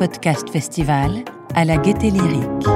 Podcast Festival à la Gaîté Lyrique.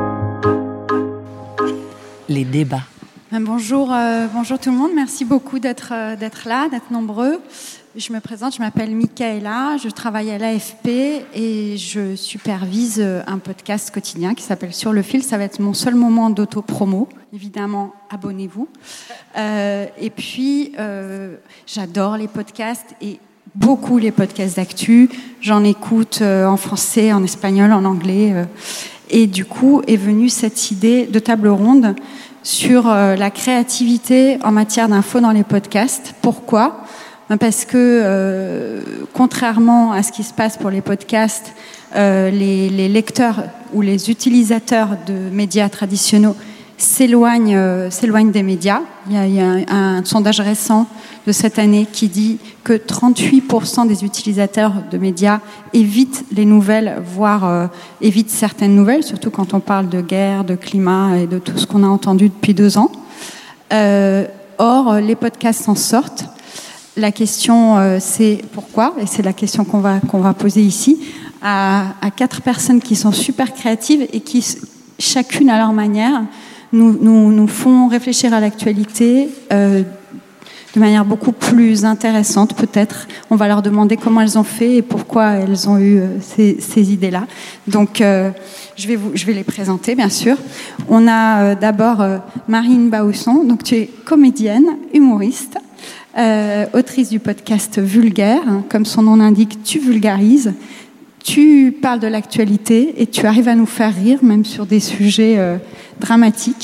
Les débats. Bonjour tout le monde. Merci beaucoup d'être là, d'être nombreux. Je me présente, je m'appelle Michaela, je travaille à l'AFP et je supervise un podcast quotidien qui s'appelle Sur le fil. Ça va être mon seul moment d'auto-promo. Évidemment, abonnez-vous. Et puis, j'adore les podcasts et beaucoup les podcasts d'actu. J'en écoute en français, en espagnol, en anglais. Et du coup, est venue cette idée de table ronde sur la créativité en matière d'info dans les podcasts. Pourquoi ? Parce que, contrairement à ce qui se passe pour les podcasts, les lecteurs ou les utilisateurs de médias traditionnels s'éloignent des médias. Il y a un sondage récent de cette année qui dit que 38% des utilisateurs de médias évitent les nouvelles, voire évitent certaines nouvelles, surtout quand on parle de guerre, de climat et de tout ce qu'on a entendu depuis 2 ans. Or, les podcasts s'en sortent. La question, c'est pourquoi, et c'est la question qu'on va poser ici, à 4 personnes qui sont super créatives et qui, chacune à leur manière, nous font réfléchir à l'actualité de manière beaucoup plus intéressante, peut-être. On va leur demander comment elles ont fait et pourquoi elles ont eu ces idées-là. Donc, je vais les présenter, bien sûr. On a d'abord Marine Bausson. Donc, tu es comédienne, humoriste, autrice du podcast Vulgaire, comme son nom l'indique, tu vulgarises, tu parles de l'actualité et tu arrives à nous faire rire, même sur des sujets dramatiques,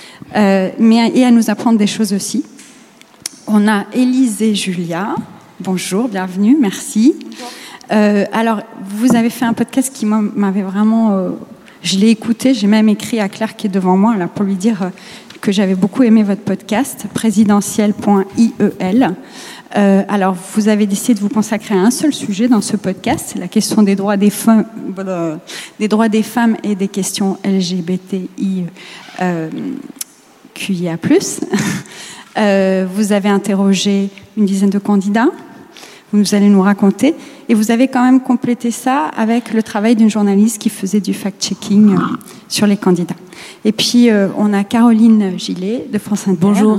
et à nous apprendre des choses aussi. On a Élise et Julia. Bonjour, bienvenue, merci. Alors, vous avez fait un podcast qui m'avait vraiment... je l'ai écouté, j'ai même écrit à Claire qui est devant moi là, pour lui dire... que j'avais beaucoup aimé votre podcast, présidentiel.iel. Alors, vous avez décidé de vous consacrer à un seul sujet dans ce podcast, c'est la question des droits des femmes et des questions LGBTIQIA+. Vous avez interrogé une dizaine de candidats, vous allez nous raconter, et vous avez quand même complété ça avec le travail d'une journaliste qui faisait du fact-checking sur les candidats. Et puis, on a Caroline Gillet de France Inter. Bonjour.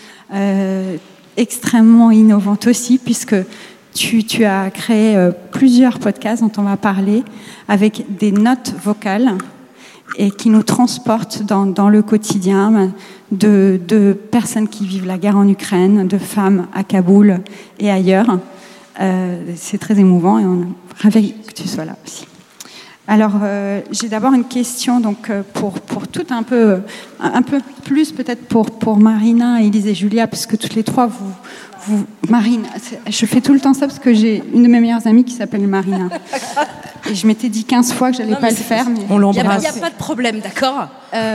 Extrêmement innovante aussi, puisque tu as créé plusieurs podcasts dont on va parler, avec des notes vocales et qui nous transportent dans le quotidien de personnes qui vivent la guerre en Ukraine, de femmes à Kaboul et ailleurs. C'est très émouvant et on est ravis que tu sois là aussi. Alors, j'ai d'abord une question donc pour tout un peu plus peut-être pour Marina, Élise et Julia, parce que toutes les trois vous Marine, je fais tout le temps ça parce que j'ai une de mes meilleures amies qui s'appelle Marina. Et je m'étais dit 15 fois que j'allais pas le faire, mais on l'embrasse. Il n'y a pas de problème, d'accord.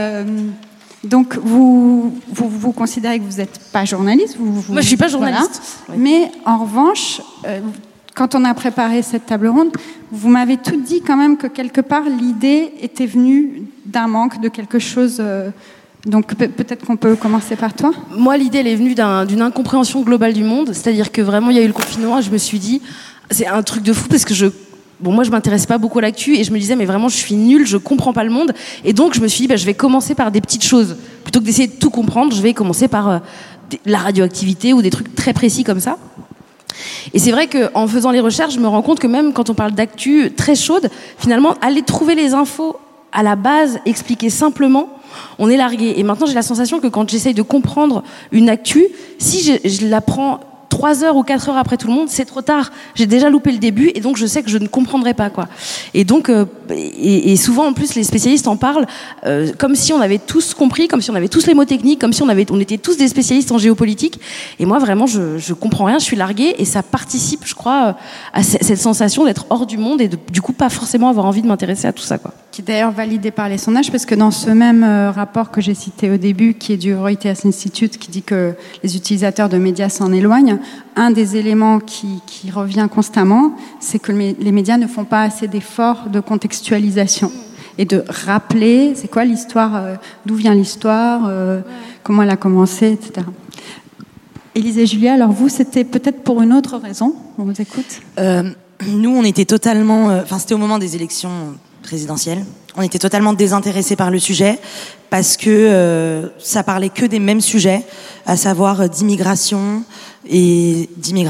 Donc, vous considérez que vous n'êtes pas journaliste. Moi, je ne suis pas journaliste. Voilà. Oui. Mais en revanche, quand on a préparé cette table ronde, vous m'avez tout dit quand même que quelque part, l'idée était venue d'un manque, de quelque chose... Donc peut-être qu'on peut commencer par toi. Moi, l'idée, elle est venue d'une incompréhension globale du monde. C'est-à-dire que vraiment, il y a eu le confinement et je me suis dit, c'est un truc de fou parce que moi, je m'intéresse pas beaucoup à l'actu et je me disais, mais vraiment, je suis nulle, je comprends pas le monde. Et donc, je me suis dit, je vais commencer par des petites choses. Plutôt que d'essayer de tout comprendre, je vais commencer par la radioactivité ou des trucs très précis comme ça. Et c'est vrai qu'en faisant les recherches, je me rends compte que même quand on parle d'actu très chaude, finalement, aller trouver les infos à la base, expliquer simplement, on est largué. Et maintenant, j'ai la sensation que quand j'essaye de comprendre une actu, si je la prends 3 heures ou 4 heures après tout le monde, c'est trop tard. J'ai déjà loupé le début et donc je sais que je ne comprendrai pas, quoi. Et donc, et souvent en plus les spécialistes en parlent comme si on avait tous compris, comme si on avait tous les mots techniques, comme si on était tous des spécialistes en géopolitique. Et moi vraiment, je comprends rien, je suis larguée et ça participe, je crois, à cette sensation d'être hors du monde et de, du coup, pas forcément avoir envie de m'intéresser à tout ça, quoi. Qui est d'ailleurs validé par les sondages, parce que dans ce même rapport que j'ai cité au début, qui est du Reuters Institute, qui dit que les utilisateurs de médias s'en éloignent, un des éléments qui revient constamment, c'est que les médias ne font pas assez d'efforts de contextualisation et de rappeler c'est quoi l'histoire, d'où vient l'histoire, comment elle a commencé, etc. Élise et Julia, alors vous, c'était peut-être pour une autre raison. On vous écoute. nous, on était totalement... c'était au moment des élections présidentielles. On était totalement désintéressés par le sujet parce que ça parlait que des mêmes sujets, à savoir d'immigration. Et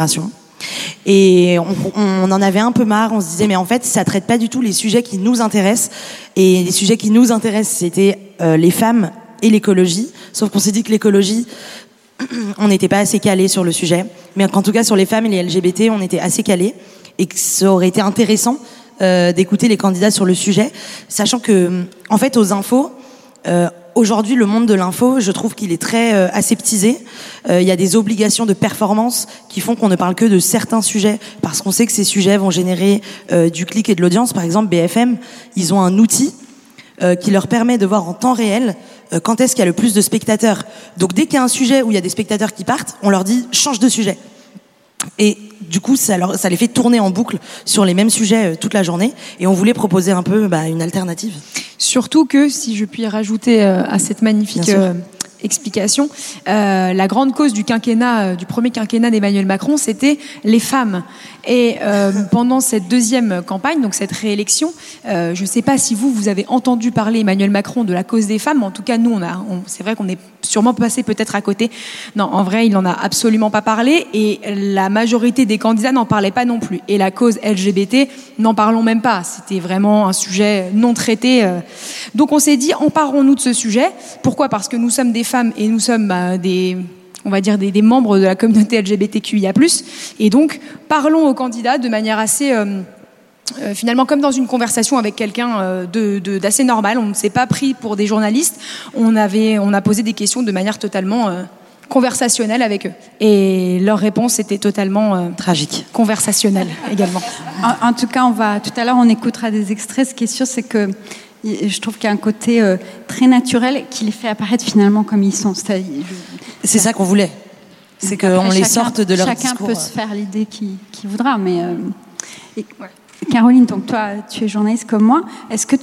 on en avait un peu marre, on se disait mais en fait ça traite pas du tout les sujets qui nous intéressent, et les sujets qui nous intéressent c'était les femmes et l'écologie, sauf qu'on s'est dit que l'écologie on n'était pas assez calé sur le sujet, mais qu'en tout cas sur les femmes et les LGBT on était assez calé, et que ça aurait été intéressant d'écouter les candidats sur le sujet, sachant que en fait aux infos aujourd'hui, le monde de l'info, je trouve qu'il est très aseptisé. Il y a des obligations de performance qui font qu'on ne parle que de certains sujets parce qu'on sait que ces sujets vont générer du clic et de l'audience. Par exemple, BFM, ils ont un outil qui leur permet de voir en temps réel quand est-ce qu'il y a le plus de spectateurs. Donc dès qu'il y a un sujet où il y a des spectateurs qui partent, on leur dit « change de sujet ». Et du coup, ça les fait tourner en boucle sur les mêmes sujets toute la journée. Et on voulait proposer un peu une alternative. Surtout que, si je puis rajouter à cette magnifique explication, la grande cause du quinquennat, du premier quinquennat d'Emmanuel Macron, c'était les femmes. Et pendant cette deuxième campagne, donc cette réélection, je ne sais pas si vous avez entendu parler, Emmanuel Macron, de la cause des femmes. En tout cas, nous, c'est vrai qu'on est sûrement passé peut-être à côté. Non, en vrai, il n'en a absolument pas parlé, et la majorité des candidats n'en parlaient pas non plus. Et la cause LGBT, n'en parlons même pas. C'était vraiment un sujet non traité. Donc on s'est dit, emparons-nous de ce sujet. Pourquoi ? Parce que nous sommes des femmes et nous sommes des membres de la communauté LGBTQIA+. Et donc, parlons aux candidats de manière assez... finalement, comme dans une conversation avec quelqu'un d'assez normal. On ne s'est pas pris pour des journalistes. On a posé des questions de manière totalement conversationnelle avec eux. Et leur réponse était totalement... tragique. Conversationnelle également. En tout cas, tout à l'heure, on écoutera des extraits. Ce qui est sûr, c'est que je trouve qu'il y a un côté très naturel qui les fait apparaître finalement comme ils sont. C'est ça qu'on voulait. C'est qu'on les sorte de leur discours. Chacun peut se faire l'idée qu'il voudra. Mais Caroline, donc toi, tu es journaliste comme moi. Est-ce que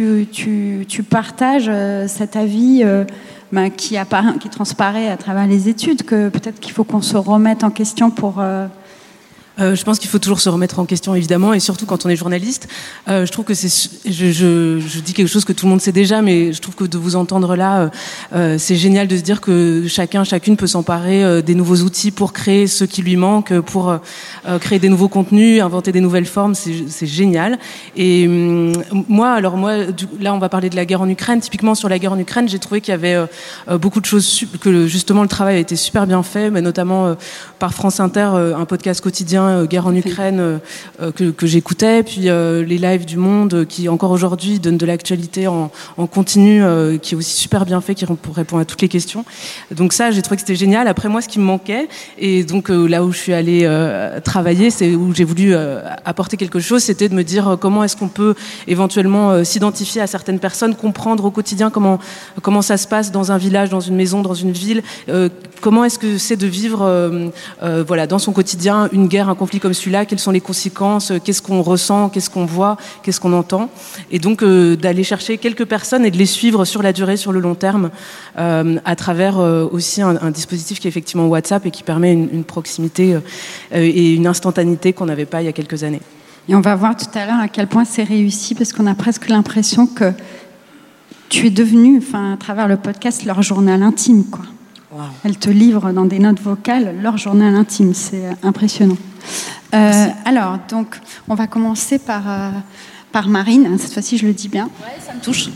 tu partages cet avis qui transparaît à travers les études, que peut-être qu'il faut qu'on se remette en question pour... Je pense qu'il faut toujours se remettre en question, évidemment, et surtout quand on est journaliste. Je trouve que je dis quelque chose que tout le monde sait déjà, mais je trouve que de vous entendre là, c'est génial de se dire que chacune peut s'emparer des nouveaux outils pour créer ce qui lui manque, pour créer des nouveaux contenus, inventer des nouvelles formes. C'est génial. Et moi, là, on va parler de la guerre en Ukraine. Typiquement, sur la guerre en Ukraine, j'ai trouvé qu'il y avait beaucoup de choses, que justement le travail a été super bien fait, mais notamment par France Inter, un podcast quotidien Guerre en Ukraine que j'écoutais, puis les lives du Monde qui encore aujourd'hui donnent de l'actualité en continu, qui est aussi super bien fait, qui répond à toutes les questions. Donc ça, j'ai trouvé que c'était génial. Après moi, ce qui me manquait, et donc là où je suis allée travailler, c'est où j'ai voulu apporter quelque chose, c'était de me dire comment est-ce qu'on peut éventuellement s'identifier à certaines personnes, comprendre au quotidien comment ça se passe dans un village, dans une maison, dans une ville, comment est-ce que c'est de vivre dans son quotidien une guerre, un conflit comme celui-là, quelles sont les conséquences, qu'est-ce qu'on ressent, qu'est-ce qu'on voit, qu'est-ce qu'on entend, et donc d'aller chercher quelques personnes et de les suivre sur la durée, sur le long terme, à travers aussi un dispositif qui est effectivement WhatsApp et qui permet une proximité et une instantanéité qu'on n'avait pas il y a quelques années. Et on va voir tout à l'heure à quel point c'est réussi, parce qu'on a presque l'impression que tu es devenu, à travers le podcast, leur journal intime, quoi. Wow. Elles te livrent dans des notes vocales leur journal intime, c'est impressionnant. Alors, donc, on va commencer par Marine. Cette fois-ci, je le dis bien. Ouais, ça me touche.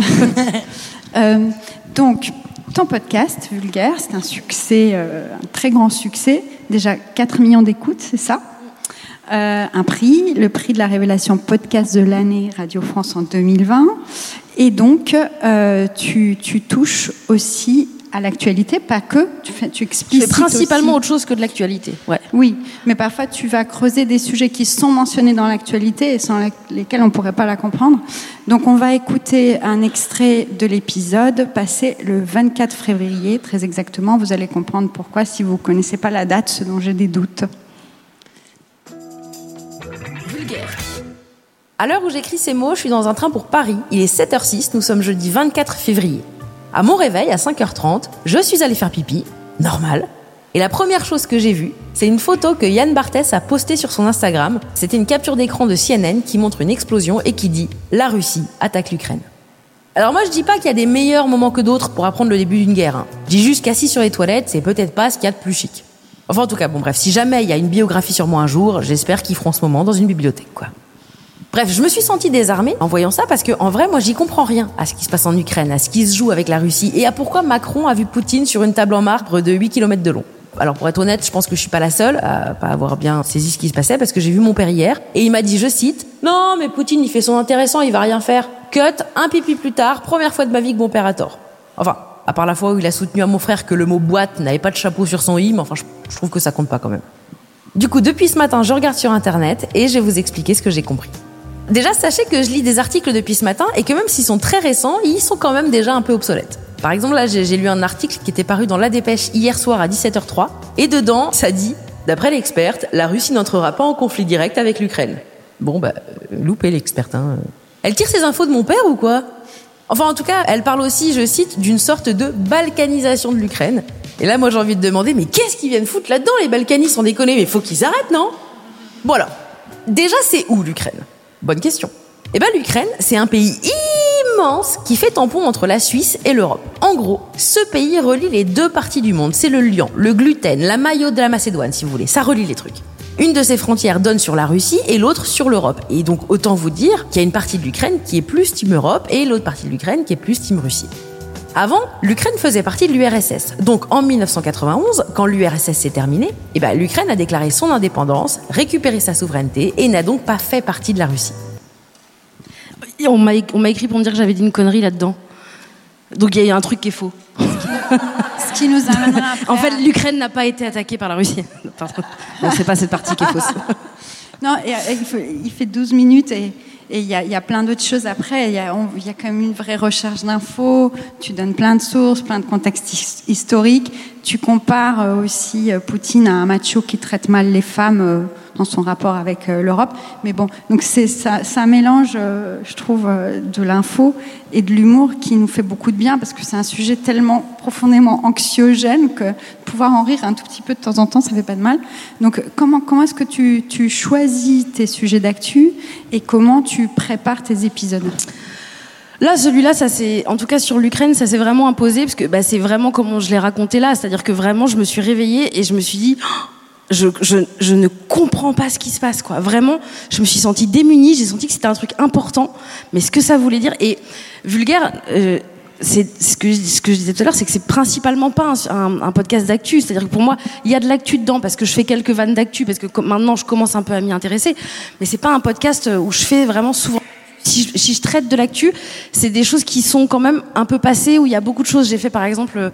Donc, ton podcast, Vulgaire, c'est un succès, un très grand succès. Déjà 4 millions d'écoutes, c'est ça ? Un prix, le prix de la révélation podcast de l'année Radio France en 2020. Et donc, tu touches aussi à l'actualité, pas que, tu explicites. Je fais principalement aussi autre chose que de l'actualité. Ouais. Oui, mais parfois tu vas creuser des sujets qui sont mentionnés dans l'actualité et sans lesquels on ne pourrait pas la comprendre. Donc on va écouter un extrait de l'épisode passé le 24 février, très exactement. Vous allez comprendre pourquoi si vous ne connaissez pas la date, ce dont j'ai des doutes. Vulgaire. À l'heure où j'écris ces mots, je suis dans un train pour Paris. Il est 7h06, nous sommes jeudi 24 février. À mon réveil, à 5h30, je suis allée faire pipi, normal. Et la première chose que j'ai vue, c'est une photo que Yann Barthès a postée sur son Instagram. C'était une capture d'écran de CNN qui montre une explosion et qui dit « La Russie attaque l'Ukraine ». Alors moi, je dis pas qu'il y a des meilleurs moments que d'autres pour apprendre le début d'une guerre. Je dis juste qu'assis sur les toilettes, c'est peut-être pas ce qu'il y a de plus chic. Enfin, en tout cas, bon bref, si jamais il y a une biographie sur moi un jour, j'espère qu'ils feront ce moment dans une bibliothèque, quoi. Bref, je me suis sentie désarmée en voyant ça parce que, en vrai, moi, j'y comprends rien à ce qui se passe en Ukraine, à ce qui se joue avec la Russie et à pourquoi Macron a vu Poutine sur une table en marbre de 8 km de long. Alors, pour être honnête, je pense que je suis pas la seule à pas avoir bien saisi ce qui se passait parce que j'ai vu mon père hier et il m'a dit, je cite, « Non, mais Poutine, il fait son intéressant, il va rien faire. » Cut, un pipi plus tard, première fois de ma vie que mon père a tort. Enfin, à part la fois où il a soutenu à mon frère que le mot boîte n'avait pas de chapeau sur son i, mais enfin, je trouve que ça compte pas quand même. Du coup, depuis ce matin, je regarde sur Internet et je vais vous expliquer ce que j'ai compris. Déjà, sachez que je lis des articles depuis ce matin et que même s'ils sont très récents, ils sont quand même déjà un peu obsolètes. Par exemple, là, j'ai lu un article qui était paru dans La Dépêche hier soir à 17h03 et dedans, ça dit « D'après l'experte, la Russie n'entrera pas en conflit direct avec l'Ukraine. » Bon, loupé l'experte, hein. Elle tire ses infos de mon père ou quoi ? Enfin, en tout cas, elle parle aussi, je cite, d'une sorte de balkanisation de l'Ukraine. Et là, moi, j'ai envie de demander, mais qu'est-ce qu'ils viennent foutre là-dedans, les Balkanis, sans déconner ? Mais faut qu'ils arrêtent, non ? Bon alors, déjà, c'est où l'Ukraine ? Bonne question. Eh ben, l'Ukraine, c'est un pays immense qui fait tampon entre la Suisse et l'Europe. En gros, ce pays relie les deux parties du monde. C'est le liant, le gluten, la maillot de la Macédoine, si vous voulez. Ça relie les trucs. Une de ces frontières donne sur la Russie et l'autre sur l'Europe. Et donc, autant vous dire qu'il y a une partie de l'Ukraine qui est plus team Europe et l'autre partie de l'Ukraine qui est plus team Russie. Avant, l'Ukraine faisait partie de l'URSS. Donc, en 1991, quand l'URSS s'est terminée, l'Ukraine a déclaré son indépendance, récupéré sa souveraineté et n'a donc pas fait partie de la Russie. On m'a écrit pour me dire que j'avais dit une connerie là-dedans. Donc, il y a un truc qui est faux. Ce qui nous amènera après. En fait, l'Ukraine n'a pas été attaquée par la Russie. Pardon. Non, c'est pas cette partie qui est fausse. Non, il fait 12 minutes et il y a plein d'autres choses après. Il y a quand même une vraie recherche d'infos. Tu donnes plein de sources, plein de contextes historiques. Tu compares aussi Poutine à un macho qui traite mal les femmes dans son rapport avec l'Europe. Mais bon, donc ça mélange, je trouve, de l'info et de l'humour qui nous fait beaucoup de bien parce que c'est un sujet tellement profondément anxiogène que pouvoir en rire un tout petit peu de temps en temps, ça fait pas de mal. Donc comment est-ce que tu choisis tes sujets d'actu et comment tu prépares tes épisodes ? Là, celui-là, ça c'est, en tout cas sur l'Ukraine, ça s'est vraiment imposé parce que c'est vraiment comme je l'ai raconté là, c'est-à-dire que vraiment, je me suis réveillée et je me suis dit, je ne comprends pas ce qui se passe, quoi. Vraiment, je me suis sentie démunie, j'ai senti que c'était un truc important, mais ce que ça voulait dire et vulgaire. C'est ce que je disais tout à l'heure, c'est que c'est principalement pas un podcast d'actu. C'est-à-dire que pour moi, il y a de l'actu dedans parce que je fais quelques vannes d'actu, parce que maintenant je commence un peu à m'y intéresser. Mais c'est pas un podcast où je fais vraiment souvent. Si je traite de l'actu, c'est des choses qui sont quand même un peu passées, où il y a beaucoup de choses. J'ai fait par exemple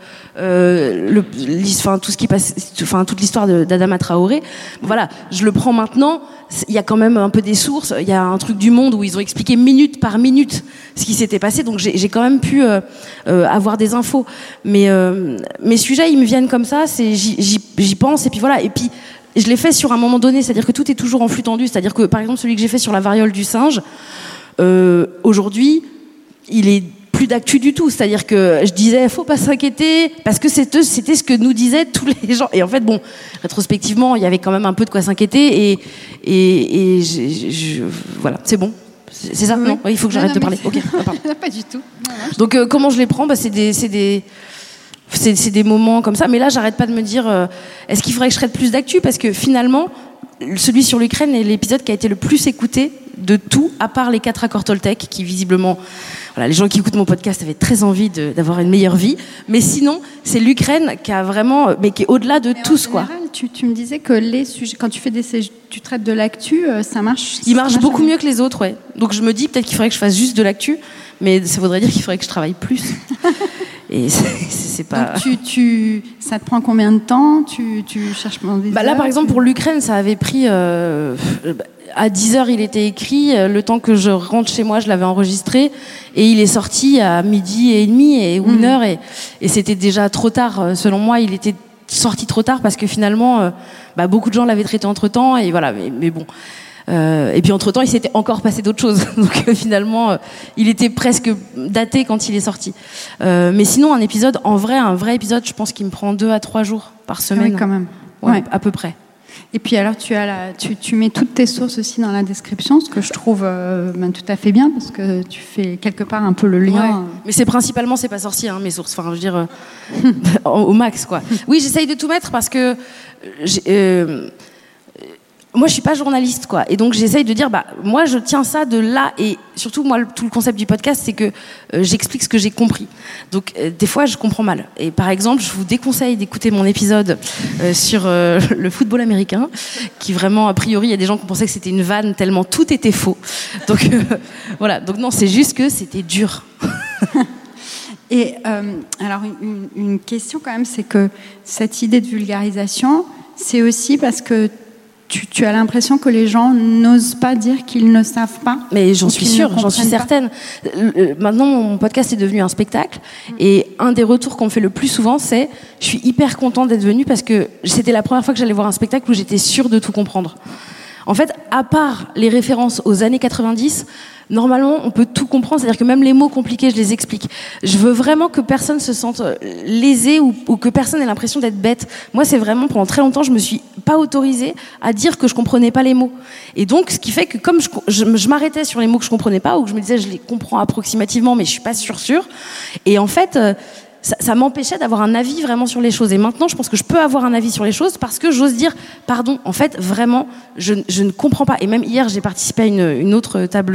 tout ce qui passe, toute l'histoire d'Adama Traoré. Voilà, je le prends maintenant. Il y a quand même un peu des sources. Il y a un truc du Monde où ils ont expliqué minute par minute ce qui s'était passé. Donc j'ai quand même pu avoir des infos. Mais mes sujets, ils me viennent comme ça. J'y pense et puis voilà. Et puis je l'ai fait sur un moment donné. C'est-à-dire que tout est toujours en flux tendu. C'est-à-dire que par exemple celui que j'ai fait sur la variole du singe. Aujourd'hui, il est plus d'actu du tout. C'est-à-dire que je disais, faut pas s'inquiéter, parce que c'était ce que nous disaient tous les gens. Et en fait, bon, rétrospectivement, il y avait quand même un peu de quoi s'inquiéter. Et voilà, c'est bon. C'est ça, non il faut que j'arrête de parler. Ok, pas du tout. Donc, comment je les prends c'est des moments comme ça. Mais là, j'arrête pas de me dire, est-ce qu'il faudrait que je traite plus d'actu ? Parce que finalement, celui sur l'Ukraine est l'épisode qui a été le plus écouté de tout, à part les 4 accords Toltec, qui visiblement, voilà, les gens qui écoutent mon podcast avaient très envie d'avoir une meilleure vie. Mais sinon, c'est l'Ukraine qui a vraiment, mais qui est au-delà de tous, quoi. Tu me disais que les sujets, quand tu traites de l'actu, ça marche. Il marche beaucoup mieux que les autres, ouais. Donc je me dis peut-être qu'il faudrait que je fasse juste de l'actu, mais ça voudrait dire qu'il faudrait que je travaille plus. Et c'est pas. Donc ça te prend combien de temps ? Tu cherches pendant des heures ? Là, par exemple, pour l'Ukraine, ça avait pris. À 10h, il était écrit. Le temps que je rentre chez moi, je l'avais enregistré. Et il est sorti à 12h30 ou 1h. Et c'était déjà trop tard. Selon moi, il était sorti trop tard parce que finalement, beaucoup de gens l'avaient traité entre-temps. Et voilà, mais bon. Et puis entre-temps, il s'était encore passé d'autres choses. Donc finalement, il était presque daté quand il est sorti. Mais sinon, un vrai épisode, je pense qu'il me prend 2 à 3 jours par semaine. Oui, quand même. Ouais. À peu près. Et puis alors, tu mets toutes tes sources aussi dans la description, ce que je trouve tout à fait bien, parce que tu fais quelque part un peu le lien. Ouais. Mais c'est pas sorcier, mes sources. Enfin, je veux dire, au max, quoi. Oui, j'essaye de tout mettre parce que moi, je suis pas journaliste, quoi. Et donc, j'essaye de dire, moi, je tiens ça de là. Et surtout, moi, tout le concept du podcast, c'est que j'explique ce que j'ai compris. Donc, des fois, je comprends mal. Et par exemple, je vous déconseille d'écouter mon épisode sur le football américain, qui vraiment, a priori, il y a des gens qui pensaient que c'était une vanne tellement tout était faux. Donc, voilà. Donc, non, c'est juste que c'était dur. Et alors, une question quand même, c'est que cette idée de vulgarisation, c'est aussi parce que tu as l'impression que les gens n'osent pas dire qu'ils ne savent pas. Mais j'en suis sûre, j'en suis certaine. Maintenant, mon podcast est devenu un spectacle. Et un des retours qu'on me fait le plus souvent, c'est « Je suis hyper contente d'être venue parce que c'était la première fois que j'allais voir un spectacle où j'étais sûre de tout comprendre. » En fait, à part les références aux années 90, normalement, on peut tout comprendre. C'est-à-dire que même les mots compliqués, je les explique. Je veux vraiment que personne se sente lésé ou que personne ait l'impression d'être bête. Moi, c'est vraiment, pendant très longtemps, je me suis pas autorisée à dire que je comprenais pas les mots. Et donc, ce qui fait que comme je m'arrêtais sur les mots que je comprenais pas, ou que je me disais, je les comprends approximativement, mais je suis pas sûre. Et en fait, ça m'empêchait d'avoir un avis vraiment sur les choses. Et maintenant, je pense que je peux avoir un avis sur les choses parce que j'ose dire, pardon, en fait, vraiment, je ne comprends pas. Et même hier, j'ai participé à une autre table,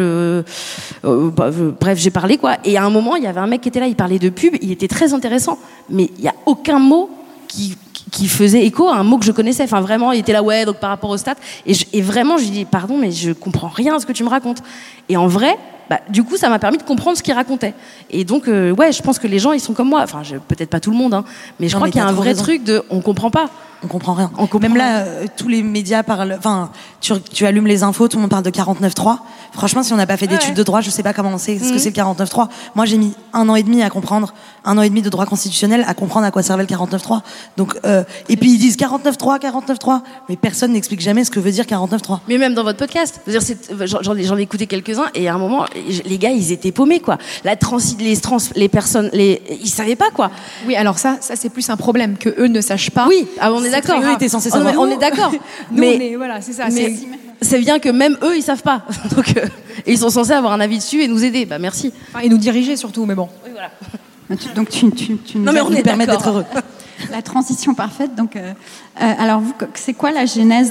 bref, j'ai parlé, quoi. Et à un moment, il y avait un mec qui était là, il parlait de pub, il était très intéressant. Mais il n'y a aucun mot qui faisait écho à un mot que je connaissais. Enfin, vraiment, il était là, ouais, donc par rapport aux stats. Et vraiment, je lui dis, pardon, mais je comprends rien à ce que tu me racontes. Et en vrai, du coup, ça m'a permis de comprendre ce qu'il racontait. Et donc, ouais, je pense que les gens, ils sont comme moi. Enfin, peut-être pas tout le monde, mais je crois qu'il y a un vrai truc de, on comprend pas. On comprend rien. Même là, tous les médias parlent. Enfin, tu allumes les infos, tout le monde parle de 49.3. Franchement, si on n'a pas fait d'études de droit, je sais pas comment c'est ce que c'est le 49.3. Moi, j'ai mis 1 an et demi à comprendre, 1 an et demi de droit constitutionnel à comprendre à quoi servait le 49.3. Donc, et puis ils disent 49.3, mais personne n'explique jamais ce que veut dire 49.3. Mais même dans votre podcast, j'en ai écouté quelques-uns et à un moment, les gars, ils étaient paumés, quoi. Les personnes, ils savaient pas, quoi. Oui, alors ça c'est plus un problème que eux ne sachent pas. Oui, on est d'accord. Eux étaient censés savoir. On est d'accord. Mais voilà, c'est ça. Mais c'est bien que même eux, ils savent pas. Donc, et ils sont censés avoir un avis dessus et nous aider. Merci. Et nous diriger surtout, mais bon. Oui, voilà. Donc tu non, mais on est permet d'être heureux. La transition parfaite. Donc, alors vous, c'est quoi la genèse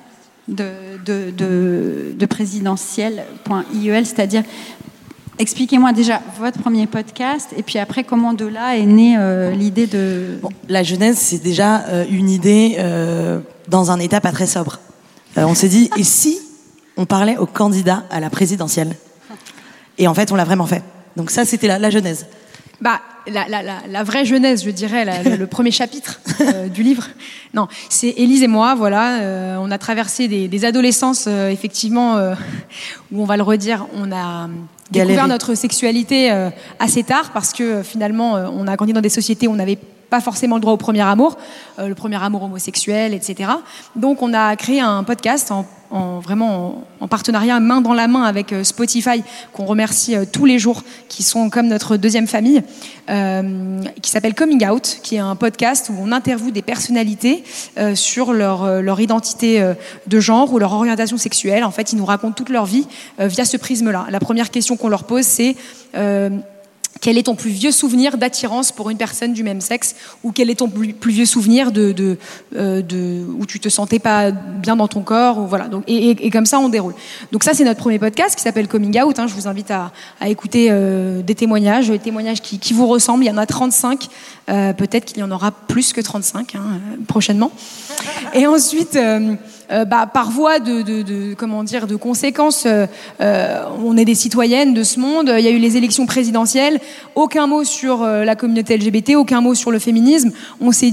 de présidentielle.iel, c'est-à-dire, expliquez-moi déjà votre premier podcast et puis après comment de là est née l'idée de... Bon, la genèse, c'est déjà une idée dans un état pas très sobre. On s'est dit, et si on parlait aux candidats à la présidentielle? Et en fait, on l'a vraiment fait. Donc ça, c'était la genèse. La vraie genèse, je dirais, le premier chapitre du livre. Non, c'est Élise et moi, voilà. On a traversé des adolescences, effectivement, où on va le redire, on a découvert notre sexualité assez tard parce que finalement, on a grandi dans des sociétés où on n'avait pas forcément le droit au premier amour homosexuel, etc. Donc on a créé un podcast vraiment en partenariat main dans la main avec Spotify, qu'on remercie tous les jours, qui sont comme notre deuxième famille, qui s'appelle Coming Out, qui est un podcast où on interviewe des personnalités sur leur identité de genre ou leur orientation sexuelle. En fait, ils nous racontent toute leur vie via ce prisme-là. La première question qu'on leur pose, c'est quel est ton plus vieux souvenir d'attirance pour une personne du même sexe, ou quel est ton plus vieux souvenir où tu te sentais pas bien dans ton corps, ou voilà. Donc, et comme ça on déroule. Donc ça, c'est notre premier podcast qui s'appelle Coming Out. Je vous invite à écouter des témoignages qui vous ressemblent. Il y en a 35. Peut-être qu'il y en aura plus que 35 prochainement. Et ensuite, par voie de conséquences, on est des citoyennes de ce monde. Il y a eu les élections présidentielles. Aucun mot sur la communauté LGBT, aucun mot sur le féminisme. On s'est dit,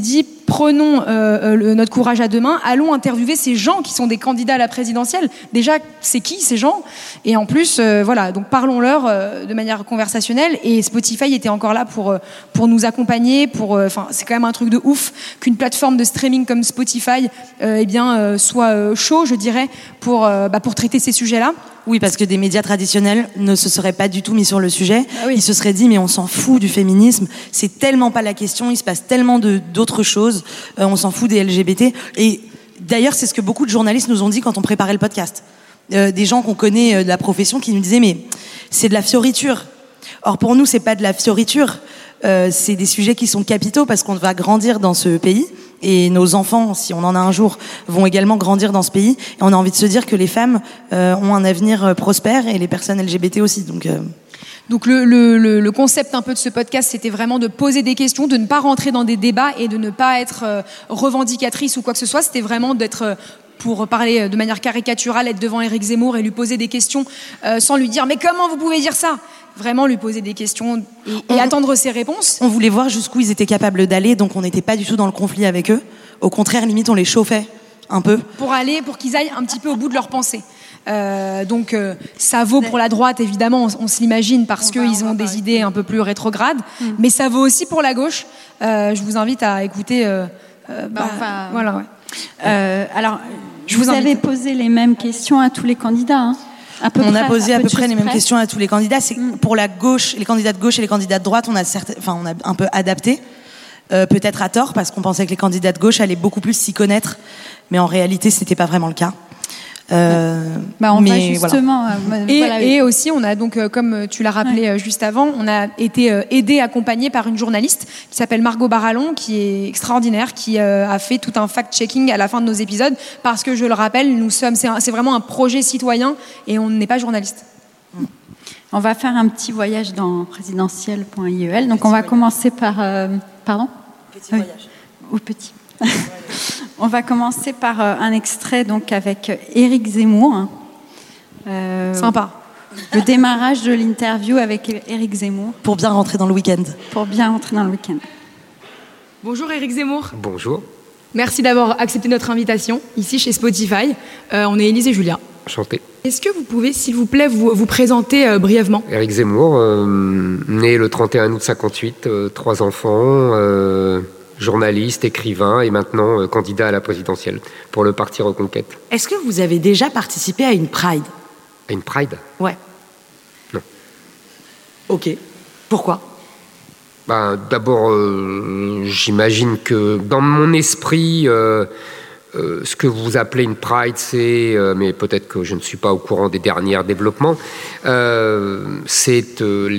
prenons notre courage à deux mains, allons interviewer ces gens qui sont des candidats à la présidentielle. Déjà, c'est qui ces gens? Et en plus, voilà, donc parlons-leur de manière conversationnelle. Et Spotify était encore là pour nous accompagner. C'est quand même un truc de ouf qu'une plateforme de streaming comme Spotify soit chaud, je dirais, pour traiter ces sujets-là. Oui, parce que des médias traditionnels ne se seraient pas du tout mis sur le sujet. Ah oui. Ils se seraient dit, mais on s'en fout du féminisme, c'est tellement pas la question, il se passe tellement d'autres choses, on s'en fout des LGBT. Et d'ailleurs, c'est ce que beaucoup de journalistes nous ont dit quand on préparait le podcast. Des gens qu'on connaît de la profession qui nous disaient, mais c'est de la fioriture. Or, pour nous, c'est pas de la fioriture, c'est des sujets qui sont capitaux parce qu'on va grandir dans ce pays. Et nos enfants, si on en a un jour, vont également grandir dans ce pays. Et on a envie de se dire que les femmes ont un avenir prospère et les personnes LGBT aussi. Donc le concept un peu de ce podcast, c'était vraiment de poser des questions, de ne pas rentrer dans des débats et de ne pas être revendicatrice ou quoi que ce soit. C'était vraiment d'être... pour parler de manière caricaturale, être devant Éric Zemmour et lui poser des questions sans lui dire « mais comment vous pouvez dire ça ?» Vraiment lui poser des questions et attendre ses réponses. On voulait voir jusqu'où ils étaient capables d'aller, donc on n'était pas du tout dans le conflit avec eux. Au contraire, limite, on les chauffait un peu. Pour qu'ils aillent un petit peu au bout de leur pensée. Ça vaut pour la droite, évidemment, on se l'imagine, parce qu'ils ont des idées un peu plus rétrogrades, mais ça vaut aussi pour la gauche. Je vous invite à écouter... voilà, ouais. Alors, vous avez posé les mêmes questions à tous les candidats, hein. On a posé à peu près les mêmes questions à tous les candidats. C'est pour la gauche, les candidats de gauche et les candidats de droite, on a un peu adapté, peut-être à tort, parce qu'on pensait que les candidats de gauche allaient beaucoup plus s'y connaître, mais en réalité, c'était pas vraiment le cas. On va justement. Voilà. Et aussi, on a donc, comme tu l'as rappelé juste avant, on a été aidé, accompagné par une journaliste qui s'appelle Margot Barallon, qui est extraordinaire, qui a fait tout un fact-checking à la fin de nos épisodes, parce que je le rappelle, c'est vraiment un projet citoyen et on n'est pas journaliste. On va faire un petit voyage dans présidentiel.iel. Donc on va commencer par. Pardon ? Petit voyage. Ou petit. On va commencer par un extrait donc avec Éric Zemmour. Sympa. Le démarrage de l'interview avec Éric Zemmour. Pour bien rentrer dans le week-end. Bonjour Éric Zemmour. Bonjour. Merci d'avoir accepté notre invitation ici chez Spotify. On est Élise et Julia. Enchanté. Est-ce que vous pouvez, s'il vous plaît, vous présenter brièvement ? Éric Zemmour, né le 31 août 58, 3 enfants, journaliste, écrivain et maintenant candidat à la présidentielle pour le parti Reconquête. Est-ce que vous avez déjà participé à une Pride ? À une Pride ? Ouais. Non. Ok. Pourquoi ? D'abord, j'imagine que dans mon esprit, ce que vous appelez une Pride, c'est, mais peut-être que je ne suis pas au courant des derniers développements, c'est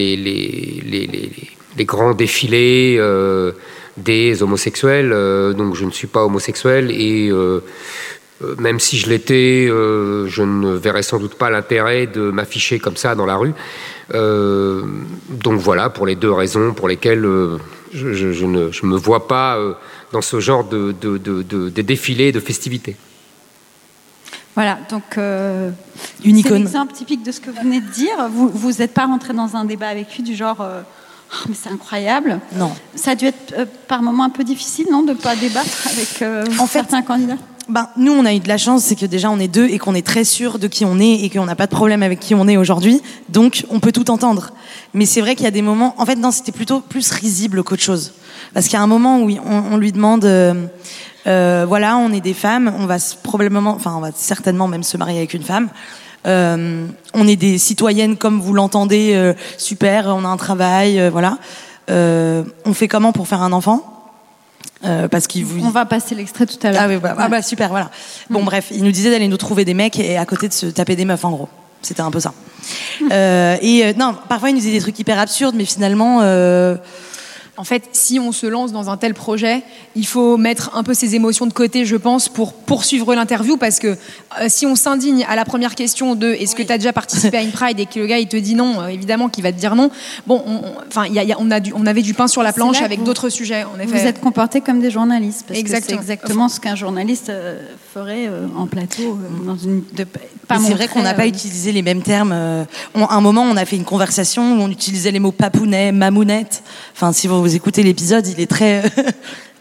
les grands défilés des homosexuels, donc je ne suis pas homosexuel et même si je l'étais, je ne verrais sans doute pas l'intérêt de m'afficher comme ça dans la rue. Donc voilà, pour les deux raisons pour lesquelles je ne me vois pas dans ce genre de défilé, de festivités. Voilà, donc une icône. C'est l'exemple typique de ce que vous venez de dire. Vous n'êtes pas rentré dans un débat avec lui du genre mais c'est incroyable. Non. Ça a dû être par moments un peu difficile, non, de ne pas débattre avec certains candidats. Nous, on a eu de la chance, c'est que déjà on est deux et qu'on est très sûr de qui on est et qu'on n'a pas de problème avec qui on est aujourd'hui. Donc, on peut tout entendre. Mais c'est vrai qu'il y a des moments... En fait, non, c'était plutôt plus risible qu'autre chose. Parce qu'il y a un moment où on lui demande... voilà, on est des femmes, on va certainement même se marier avec une femme. On est des citoyennes comme vous l'entendez, super, on a un travail, voilà. On fait comment pour faire un enfant ? Parce On va passer l'extrait tout à l'heure. Ah oui, super, voilà. Bon, bref, il nous disait d'aller nous trouver des mecs et à côté de se taper des meufs, en gros. C'était un peu ça. Non, parfois il nous disait des trucs hyper absurdes, mais finalement... En fait, si on se lance dans un tel projet, il faut mettre un peu ses émotions de côté, je pense, pour poursuivre l'interview, parce que si on s'indigne à la première question de est-ce que tu as déjà participé à une Pride et que le gars il te dit non, évidemment qu'il va te dire non. Bon, on avait du pain sur la planche avec d'autres sujets. En effet. Vous êtes comportés comme des journalistes, parce exactement. Que c'est exactement ce qu'un journaliste ferait en plateau. C'est vrai qu'on n'a pas utilisé les mêmes termes. À un moment, on a fait une conversation où on utilisait les mots papounet, mamounette. Enfin, si vous écoutez l'épisode, il est très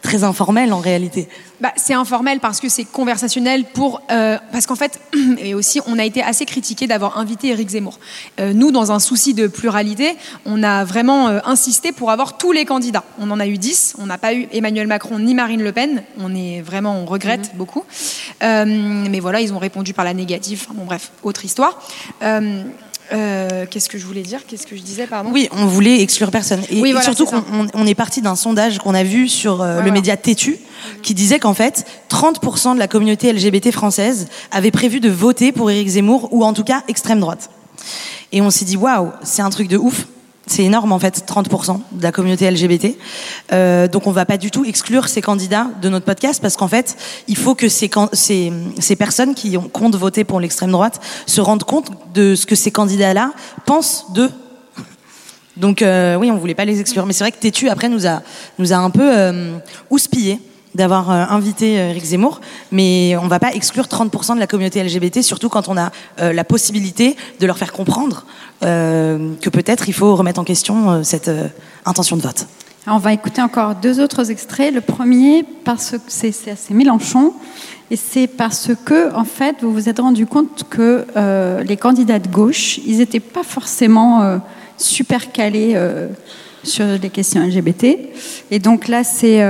très informel en réalité. C'est informel parce que c'est conversationnel parce qu'en fait, et aussi, on a été assez critiqué d'avoir invité Éric Zemmour. Nous, dans un souci de pluralité, on a vraiment insisté pour avoir tous les candidats. On en a eu 10. On n'a pas eu Emmanuel Macron ni Marine Le Pen. On regrette beaucoup. Mais voilà, ils ont répondu par la négative. Bon, bref, autre histoire. Qu'est-ce que je voulais dire ? Qu'est-ce que je disais, pardon ? Oui, on voulait exclure personne. Et surtout, on est parti d'un sondage qu'on a vu sur le média Tétu, qui disait qu'en fait, 30% de la communauté LGBT française avait prévu de voter pour Éric Zemmour, ou en tout cas extrême droite. Et on s'est dit, waouh, c'est un truc de ouf. C'est énorme, en fait, 30% de la communauté LGBT. Donc on va pas du tout exclure ces candidats de notre podcast, parce qu'en fait, il faut que ces personnes qui comptent voter pour l'extrême droite se rendent compte de ce que ces candidats-là pensent d'eux. Donc oui, on voulait pas les exclure. Mais c'est vrai que Tétu, après, nous a un peu houspillé d'avoir invité Éric Zemmour, mais on va pas exclure 30% de la communauté LGBT, surtout quand on a la possibilité de leur faire comprendre que peut-être il faut remettre en question cette intention de vote. Alors on va écouter encore 2 autres extraits. Le premier, parce que c'est Mélenchon, et c'est parce que, en fait, vous vous êtes rendu compte que les candidats de gauche, ils n'étaient pas forcément super calés sur les questions LGBT. Et donc là,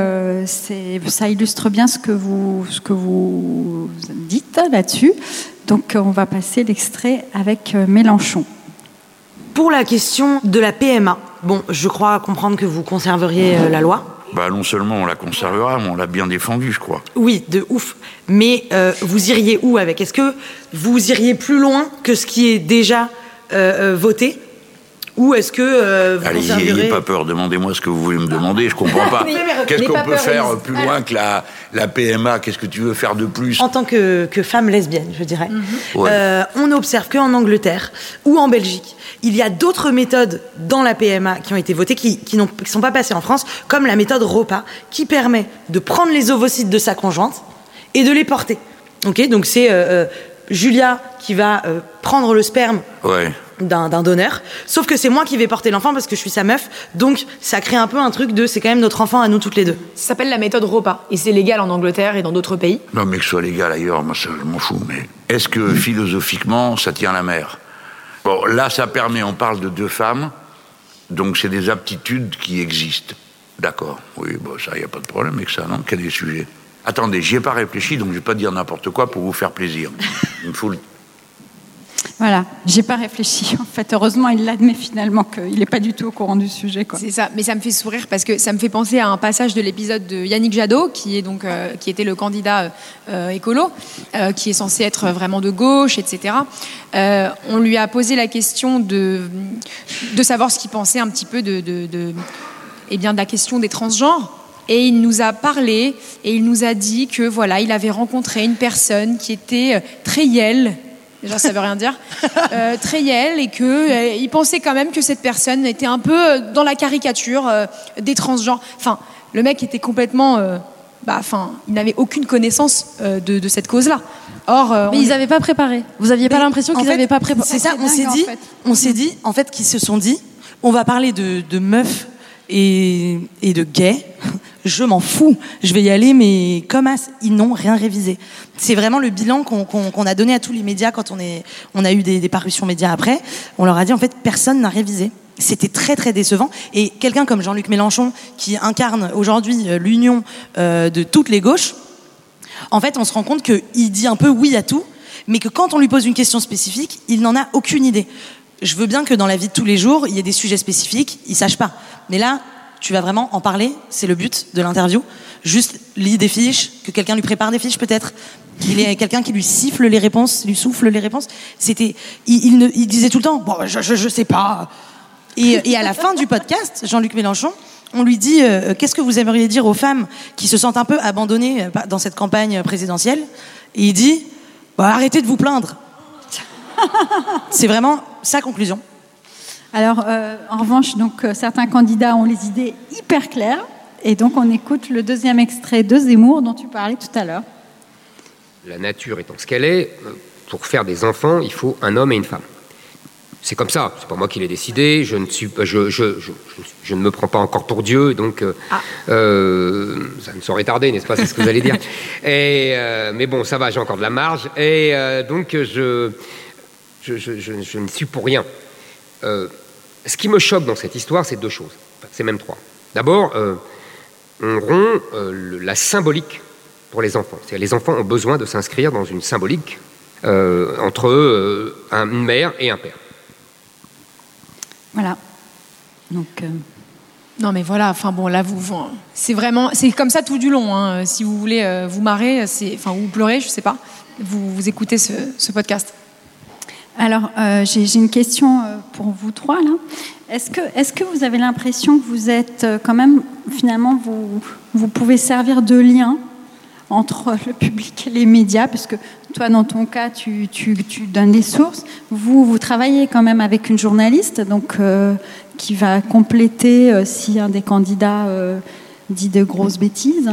ça illustre bien ce que vous dites là-dessus. Donc on va passer l'extrait avec Mélenchon. Pour la question de la PMA, bon, je crois comprendre que vous conserveriez la loi. Non seulement on la conservera, mais on l'a bien défendue, je crois. Oui, de ouf. Mais vous iriez où avec ? Est-ce que vous iriez plus loin que ce qui est déjà voté ? Ou est-ce que vous Allez, n'ayez pas peur, demandez-moi ce que vous voulez me demander, je comprends pas. Qu'est-ce qu'on peut faire plus loin que la PMA ? Qu'est-ce que tu veux faire de plus ? En tant que femme lesbienne, je dirais. Ouais. On observe qu'en Angleterre ou en Belgique, il y a d'autres méthodes dans la PMA qui ont été votées, qui sont pas passées en France, comme la méthode ROPA, qui permet de prendre les ovocytes de sa conjointe et de les porter. Ok, donc c'est Julia qui va prendre le sperme. Ouais. D'un donneur, sauf que c'est moi qui vais porter l'enfant parce que je suis sa meuf, donc ça crée un peu un truc de c'est quand même notre enfant à nous toutes les deux. Ça s'appelle la méthode ROPA et c'est légal en Angleterre et dans d'autres pays. Non, mais que ce soit légal ailleurs, moi ça, je m'en fous, mais est-ce que philosophiquement ça tient la mer ? Bon, là ça permet, on parle de 2 femmes, donc c'est des aptitudes qui existent. D'accord, oui, ça il n'y a pas de problème avec ça, non ? Quel est le sujet ? Attendez, j'y ai pas réfléchi, donc je vais pas dire n'importe quoi pour vous faire plaisir. Il me faut le... Voilà, j'ai pas réfléchi. En fait, heureusement, il l'admet finalement qu'il n'est pas du tout au courant du sujet, quoi. C'est ça, mais ça me fait sourire parce que ça me fait penser à un passage de l'épisode de Yannick Jadot, qui était le candidat écolo, qui est censé être vraiment de gauche, etc. On lui a posé la question de savoir ce qu'il pensait un petit peu de la question des transgenres. Et il nous a parlé et il nous a dit que voilà, il avait rencontré une personne qui était très yelle. Déjà, ça veut rien dire. Très yelle, et qu'il pensait quand même que cette personne était un peu dans la caricature des transgenres. Enfin, le mec était complètement... il n'avait aucune connaissance de cette cause-là. Or, mais ils n'avaient pas préparé. Vous n'aviez pas l'impression qu'ils n'avaient pas préparé ? C'est ça, on s'est dit, en fait, qu'ils se sont dit, on va parler de meufs et de gays. Je m'en fous, je vais y aller, mais comme as, ils n'ont rien révisé. C'est vraiment le bilan qu'on a donné à tous les médias quand on a eu des parutions médias après. On leur a dit, en fait, personne n'a révisé. C'était très très décevant. Et quelqu'un comme Jean-Luc Mélenchon, qui incarne aujourd'hui l'union de toutes les gauches, en fait, on se rend compte qu'il dit un peu oui à tout, mais que quand on lui pose une question spécifique, il n'en a aucune idée. Je veux bien que dans la vie de tous les jours, il y ait des sujets spécifiques, il sache pas. Mais là, tu vas vraiment en parler, c'est le but de l'interview. Juste lis des fiches, que quelqu'un lui prépare des fiches peut-être. Il y a quelqu'un qui lui siffle les réponses, lui souffle les réponses. Il disait tout le temps, bon, je sais pas. Et à la fin du podcast, Jean-Luc Mélenchon, on lui dit, qu'est-ce que vous aimeriez dire aux femmes qui se sentent un peu abandonnées dans cette campagne présidentielle ? Et il dit, arrêtez de vous plaindre. C'est vraiment sa conclusion. Alors, en revanche, donc, certains candidats ont les idées hyper claires. Et donc, on écoute le 2e extrait de Zemmour dont tu parlais tout à l'heure. La nature étant ce qu'elle est, pour faire des enfants, il faut un homme et une femme. c'est comme ça. C'est pas moi qui l'ai décidé. Je ne me prends pas encore pour Dieu, donc ça ne saurait tarder, n'est-ce pas? C'est ce que vous allez dire. Mais bon, ça va, j'ai encore de la marge. Et donc je ne suis pour rien. Ce qui me choque dans cette histoire, c'est deux choses. Enfin, c'est même trois. D'abord, on rompt la symbolique pour les enfants. C'est-à-dire, les enfants ont besoin de s'inscrire dans une symbolique entre une mère et un père. Voilà. Donc. Non mais voilà, enfin bon là c'est comme ça tout du long. Hein. Si vous voulez vous marrer, ou vous pleurer, je sais pas. Vous écoutez ce podcast. Alors j'ai une question pour vous trois là. Est-ce que vous avez l'impression que vous êtes quand même finalement vous pouvez servir de lien entre le public et les médias, parce que toi, dans ton cas, tu donnes des sources. Vous travaillez quand même avec une journaliste, donc qui va compléter si un des candidats dit de grosses bêtises.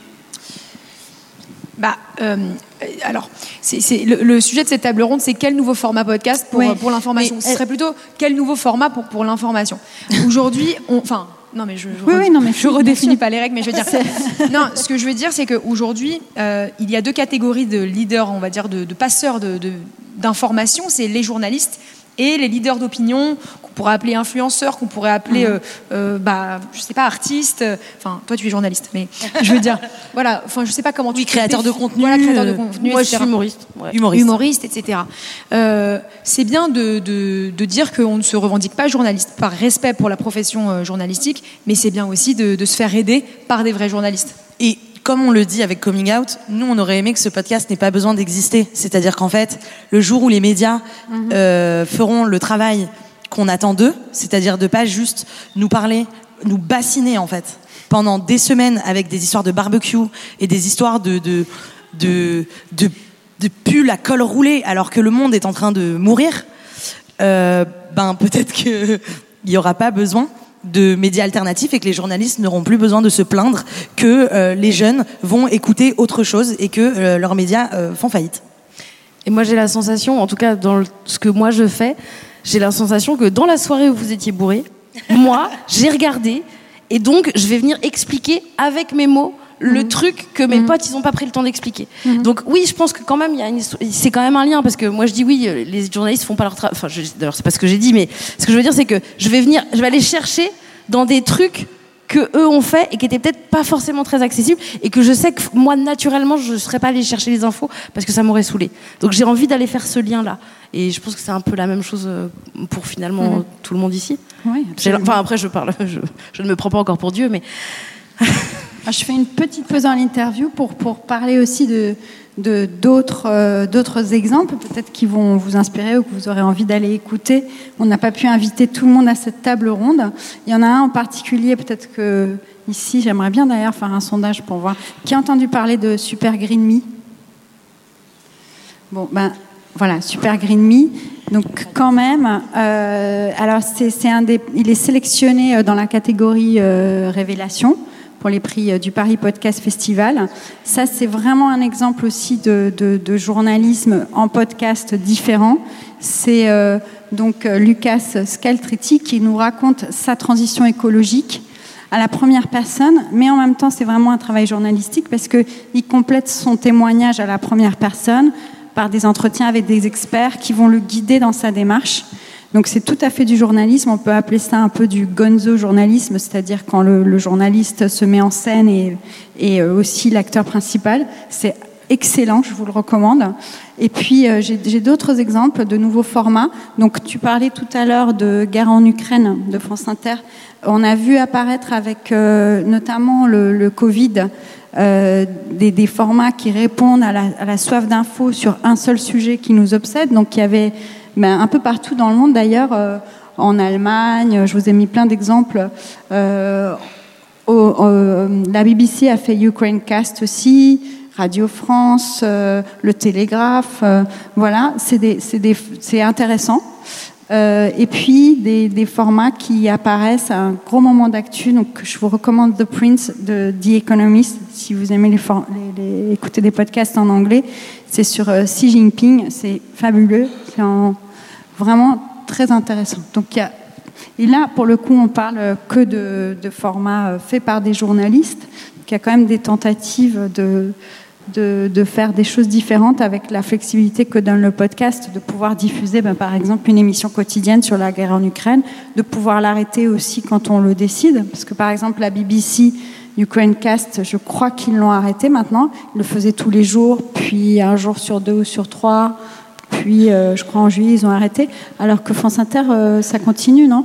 Alors, le sujet de cette table ronde, c'est quel nouveau format podcast pour l'information. Ce serait plutôt quel nouveau format pour l'information. Aujourd'hui, je redéfinis pas les règles, mais je veux dire. Non, ce que je veux dire, c'est qu'aujourd'hui, il y a deux catégories de leaders, on va dire, de passeurs d'informations. C'est les journalistes et les leaders d'opinion, qu'on pourrait appeler influenceurs, qu'on pourrait appeler, je sais pas, artistes. Enfin, toi, tu es journaliste, mais je veux dire, voilà. Enfin, je sais pas comment tu. Oui, créateur de contenu. Voilà, créateur de contenu. Moi, je suis humoriste. Ouais. Humoriste, etc. C'est bien de dire qu'on ne se revendique pas journaliste par respect pour la profession journalistique, mais c'est bien aussi de se faire aider par des vrais journalistes. Et comme on le dit avec Coming Out, nous, on aurait aimé que ce podcast n'ait pas besoin d'exister. C'est-à-dire qu'en fait, le jour où les médias feront le travail qu'on attend d'eux, c'est-à-dire de pas juste nous parler, nous bassiner, en fait, pendant des semaines avec des histoires de barbecue et des histoires de pull à col roulé alors que le monde est en train de mourir, peut-être qu'il n'y aura pas besoin de médias alternatifs et que les journalistes n'auront plus besoin de se plaindre que les jeunes vont écouter autre chose et que leurs médias font faillite. Et moi j'ai la sensation, en tout cas dans ce que moi je fais, j'ai la sensation que dans la soirée où vous étiez bourrés, moi j'ai regardé et donc je vais venir expliquer avec mes mots le truc que mes potes ils ont pas pris le temps d'expliquer. Donc oui, je pense que quand même c'est quand même un lien, parce que moi je dis oui, les journalistes font pas leur travail. Enfin, d'ailleurs c'est pas ce que j'ai dit, mais ce que je veux dire c'est que je vais aller chercher dans des trucs que eux ont fait et qui étaient peut-être pas forcément très accessibles, et que je sais que moi naturellement je serais pas allée chercher les infos parce que ça m'aurait saoulée. Donc j'ai envie d'aller faire ce lien là, et je pense que c'est un peu la même chose pour finalement tout le monde ici. Oui, enfin après je ne me prends pas encore pour Dieu, mais je fais une petite pause dans l'interview pour parler aussi d'autres exemples, peut-être qui vont vous inspirer ou que vous aurez envie d'aller écouter. On n'a pas pu inviter tout le monde à cette table ronde. Il y en a un en particulier, peut-être que ici, j'aimerais bien d'ailleurs faire un sondage pour voir. Qui a entendu parler de Super Green Me? Bon, voilà, Super Green Me. Donc quand même, alors il est sélectionné dans la catégorie Révélation pour les prix du Paris Podcast Festival. Ça, c'est vraiment un exemple aussi de journalisme en podcast différent. C'est donc Lucas Scaltriti qui nous raconte sa transition écologique à la première personne, mais en même temps, c'est vraiment un travail journalistique parce qu'il complète son témoignage à la première personne par des entretiens avec des experts qui vont le guider dans sa démarche. Donc c'est tout à fait du journalisme, on peut appeler ça un peu du gonzo-journalisme, c'est-à-dire quand le journaliste se met en scène et aussi l'acteur principal. C'est excellent, je vous le recommande. Et puis j'ai d'autres exemples de nouveaux formats. Donc tu parlais tout à l'heure de Guerre en Ukraine de France Inter. On a vu apparaître avec notamment le Covid des formats qui répondent à la soif d'infos sur un seul sujet qui nous obsède. Donc il y avait un peu partout dans le monde d'ailleurs, en Allemagne, je vous ai mis plein d'exemples. La BBC a fait Ukrainecast aussi, Radio France, le Télégraphe, voilà, c'est intéressant. Et puis des formats qui apparaissent à un gros moment d'actu. Donc je vous recommande The Prince de The Economist si vous aimez écouter des podcasts en anglais. C'est sur Xi Jinping, c'est fabuleux, c'est vraiment très intéressant. Donc, et là, pour le coup, on parle que de formats faits par des journalistes. Donc, il y a quand même des tentatives de faire des choses différentes avec la flexibilité que donne le podcast, de pouvoir diffuser par exemple une émission quotidienne sur la guerre en Ukraine, de pouvoir l'arrêter aussi quand on le décide, parce que par exemple la BBC Ukrainecast, je crois qu'ils l'ont arrêté maintenant, ils le faisaient tous les jours, puis un jour sur 2 ou sur 3, puis je crois en juillet ils ont arrêté, alors que France Inter ça continue, non ?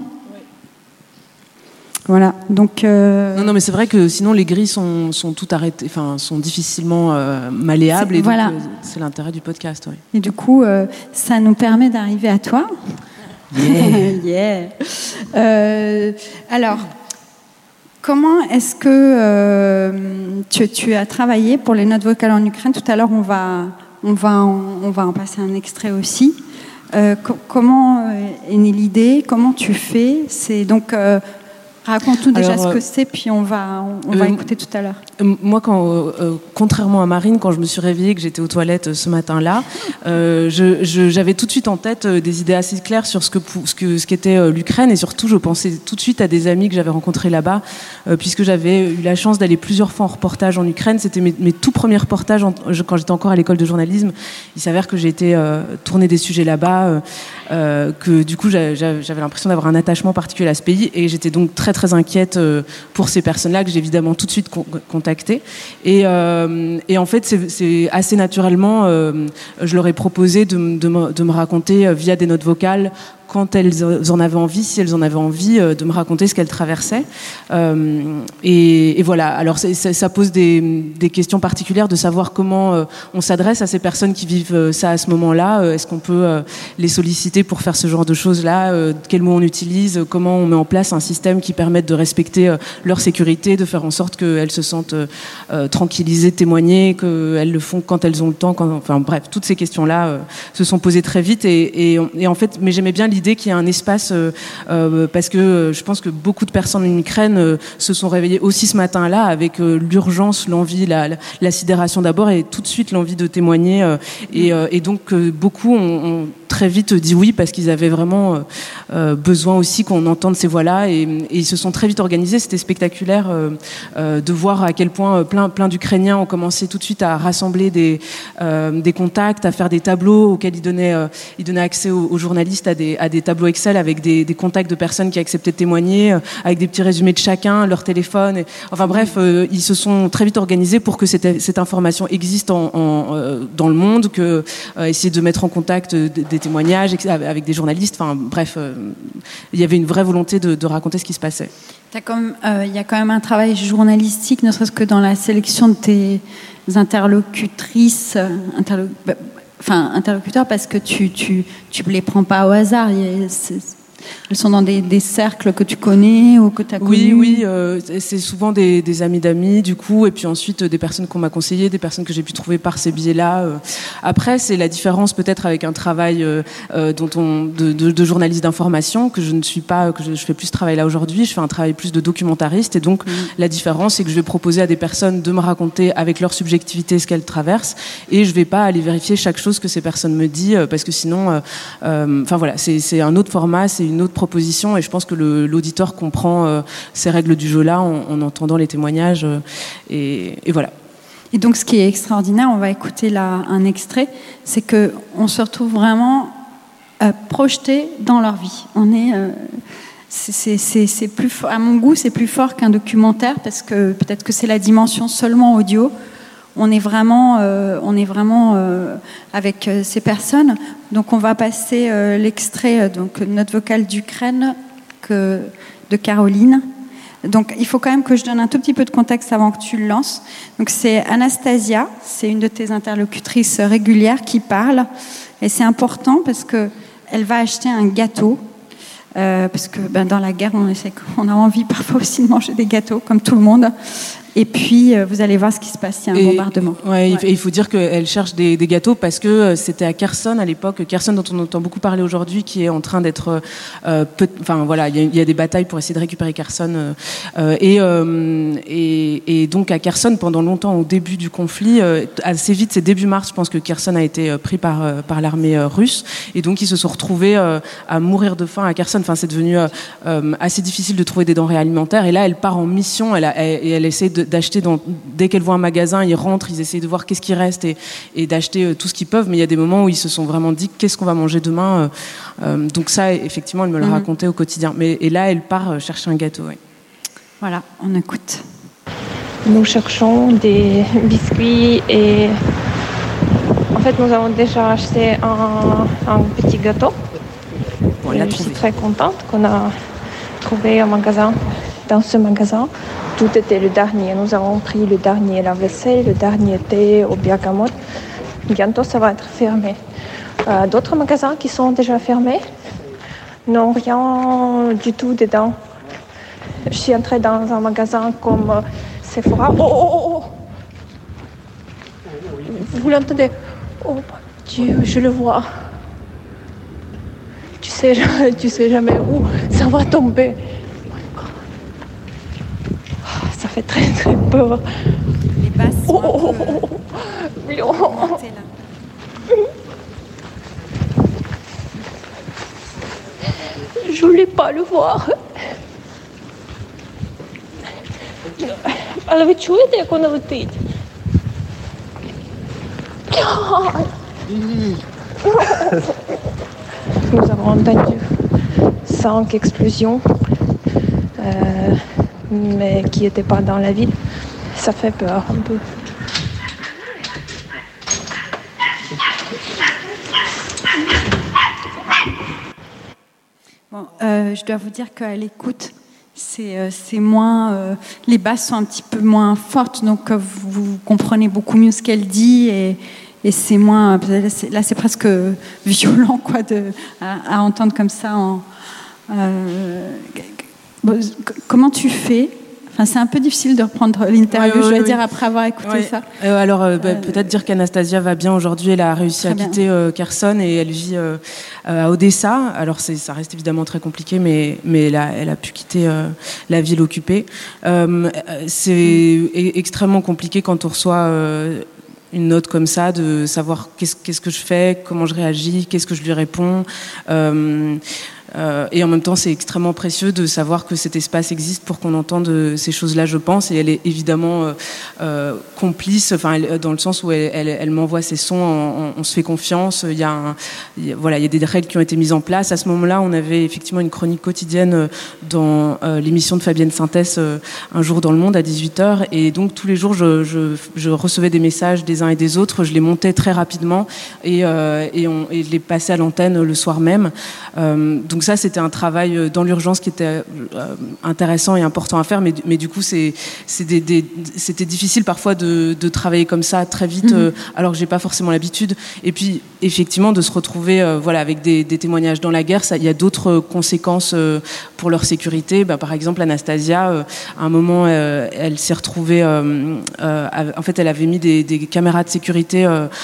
Voilà, donc... Non, mais c'est vrai que sinon les grilles sont toutes arrêtées, enfin sont difficilement malléables, et voilà. Donc c'est l'intérêt du podcast. Oui. Et du coup, ça nous permet d'arriver à toi. Yeah. Yeah. Alors, comment est-ce que tu as travaillé pour les notes vocales en Ukraine ? Tout à l'heure, on va en passer un extrait aussi. Comment est née l'idée ? Comment tu fais ? C'est donc... Raconte-nous déjà ce que c'est, puis on va écouter tout à l'heure. Moi, contrairement à Marine, quand je me suis réveillée, que j'étais aux toilettes ce matin-là, j'avais tout de suite en tête des idées assez claires sur ce qu'était l'Ukraine, et surtout, je pensais tout de suite à des amis que j'avais rencontrés là-bas, puisque j'avais eu la chance d'aller plusieurs fois en reportage en Ukraine. C'était mes tout premiers reportages quand j'étais encore à l'école de journalisme. Il s'avère que j'ai été tourner des sujets là-bas, que du coup, j'avais l'impression d'avoir un attachement particulier à ce pays, et j'étais donc très très inquiète pour ces personnes-là, que j'ai évidemment tout de suite contactées. Et en fait, c'est assez naturellement, je leur ai proposé de me raconter via des notes vocales quand elles en avaient envie, si elles en avaient envie, de me raconter ce qu'elles traversaient. Et voilà. Alors ça pose des questions particulières de savoir comment on s'adresse à ces personnes qui vivent ça à ce moment-là. Est-ce qu'on peut les solliciter pour faire ce genre de choses-là ? Quels mots on utilise ? Comment on met en place un système qui permette de respecter leur sécurité, de faire en sorte qu'elles se sentent tranquillisées, témoigner, qu'elles le font quand elles ont le temps. Enfin bref, toutes ces questions-là se sont posées très vite. Et en fait, mais j'aimais bien l'idée qu'il y ait un espace, parce que je pense que beaucoup de personnes en Ukraine se sont réveillées aussi ce matin-là avec l'urgence, l'envie, la sidération d'abord, et tout de suite l'envie de témoigner. Et donc beaucoup ont très vite dit oui, parce qu'ils avaient vraiment besoin aussi qu'on entende ces voix-là, et ils se sont très vite organisés. C'était spectaculaire de voir à quel point plein d'Ukrainiens ont commencé tout de suite à rassembler des contacts, à faire des tableaux auxquels ils donnaient accès aux journalistes, à des tableaux Excel avec des contacts de personnes qui acceptaient de témoigner, avec des petits résumés de chacun, leur téléphone. Enfin bref, ils se sont très vite organisés pour que cette information existe dans le monde, que essayer de mettre en contact des témoignages avec des journalistes. Enfin bref, il y avait une vraie volonté de raconter ce qui se passait. Il y a quand même un travail journalistique, ne serait-ce que dans la sélection de tes interlocutrices, interlocuteurs, parce que tu les prends pas au hasard. Elles sont dans des cercles que tu connais ou que tu as connus. Oui, c'est souvent des amis d'amis, du coup, et puis ensuite des personnes qu'on m'a conseillées, des personnes que j'ai pu trouver par ces biais-là. Après, c'est la différence peut-être avec un travail de journaliste d'information, que je ne suis pas, que je fais plus ce travail-là aujourd'hui. Je fais un travail plus de documentariste, et donc la différence, c'est que je vais proposer à des personnes de me raconter avec leur subjectivité ce qu'elles traversent, et je vais pas aller vérifier chaque chose que ces personnes me disent, parce que sinon, voilà, c'est un autre format, c'est une autre proposition, et je pense que l'auditeur comprend ces règles du jeu-là en entendant les témoignages, et voilà. Et donc, ce qui est extraordinaire, on va écouter là un extrait, c'est qu'on se retrouve vraiment projeté dans leur vie. On est... c'est plus fort, à mon goût, c'est plus fort qu'un documentaire, parce que peut-être que c'est la dimension seulement audio. On est vraiment avec ces personnes. Donc on va passer l'extrait, donc note vocale d'Ukraine de Caroline. Donc il faut quand même que je donne un tout petit peu de contexte avant que tu le lances. Donc c'est Anastasia, c'est une de tes interlocutrices régulières qui parle, et c'est important parce que elle va acheter un gâteau. Parce que dans la guerre, on a envie parfois aussi de manger des gâteaux, comme tout le monde. Et puis, vous allez voir ce qui se passe, il y a un bombardement. Ouais. Il faut dire qu'elle cherche des gâteaux parce que c'était à Kherson à l'époque. Kherson, dont on entend beaucoup parler aujourd'hui, qui est en train d'être... il y a des batailles pour essayer de récupérer Kherson. Et donc, à Kherson, pendant longtemps, au début du conflit, assez vite, c'est début mars, je pense que Kherson a été pris par l'armée russe. Et donc, ils se sont retrouvés à mourir de faim à Kherson. Enfin, c'est devenu assez difficile de trouver des denrées alimentaires. Et là, elle part en mission. Elle essaie d'acheter dès qu'elle voit un magasin, ils rentrent, ils essayent de voir qu'est-ce qui reste et d'acheter tout ce qu'ils peuvent. Mais il y a des moments où ils se sont vraiment dit qu'est-ce qu'on va manger demain. Donc ça, effectivement, elle me le racontait au quotidien. Et là, elle part chercher un gâteau. Ouais. Voilà, on écoute. Nous cherchons des biscuits et en fait, nous avons déjà acheté un petit gâteau. Je suis très contente qu'on a trouvé un magasin. Dans ce magasin, tout était le dernier. Nous avons pris le dernier lave-vaisselle, le dernier thé au bergamote. Bientôt, ça va être fermé. D'autres magasins qui sont déjà fermés n'ont rien du tout dedans. Je suis entrée dans un magasin comme Sephora. Oh! Vous l'entendez? Oh mon Dieu, je le vois. Tu sais jamais où ça va tomber. Ça fait très très peur. Les basses sont Je voulais pas le voir. Alla vi чуєте, як воно летить? Nous avons entendu 5 explosions, mais qui n'étaient pas dans la ville. Ça fait peur un peu. Bon, je dois vous dire qu'à l'écoute, c'est moins, les basses sont un petit peu moins fortes, donc vous comprenez beaucoup mieux ce qu'elle dit et c'est moins, là c'est presque violent quoi à entendre comme ça. Comment tu fais? Enfin, c'est un peu difficile de reprendre l'interview, je dois dire, après avoir écouté ça. Alors, peut-être dire qu'Anastasia va bien aujourd'hui. Elle a réussi à quitter Kherson et elle vit à Odessa. Alors, ça reste évidemment très compliqué, mais elle a pu quitter la ville occupée. C'est extrêmement compliqué quand on reçoit une note comme ça, de savoir qu'est-ce que je fais, comment je réagis, qu'est-ce que je lui réponds. Et en même temps, c'est extrêmement précieux de savoir que cet espace existe pour qu'on entende ces choses-là, je pense. Et elle est évidemment complice, dans le sens où elle m'envoie ses sons, on se fait confiance. Il y a des règles qui ont été mises en place. À ce moment-là, on avait effectivement une chronique quotidienne dans l'émission de Fabienne Sintès, Un jour dans le monde, à 18h. Et donc, tous les jours, je recevais des messages des uns et des autres. Je les montais très rapidement et je les passais à l'antenne le soir même. Donc ça, c'était un travail dans l'urgence qui était intéressant et important à faire, mais du coup, c'était difficile parfois de travailler comme ça très vite, alors que j'ai pas forcément l'habitude. Et puis, effectivement, de se retrouver avec des témoignages dans la guerre, il y a d'autres conséquences pour leur sécurité. Par exemple, Anastasia, à un moment, elle s'est retrouvée... en fait, elle avait mis des caméras de sécurité,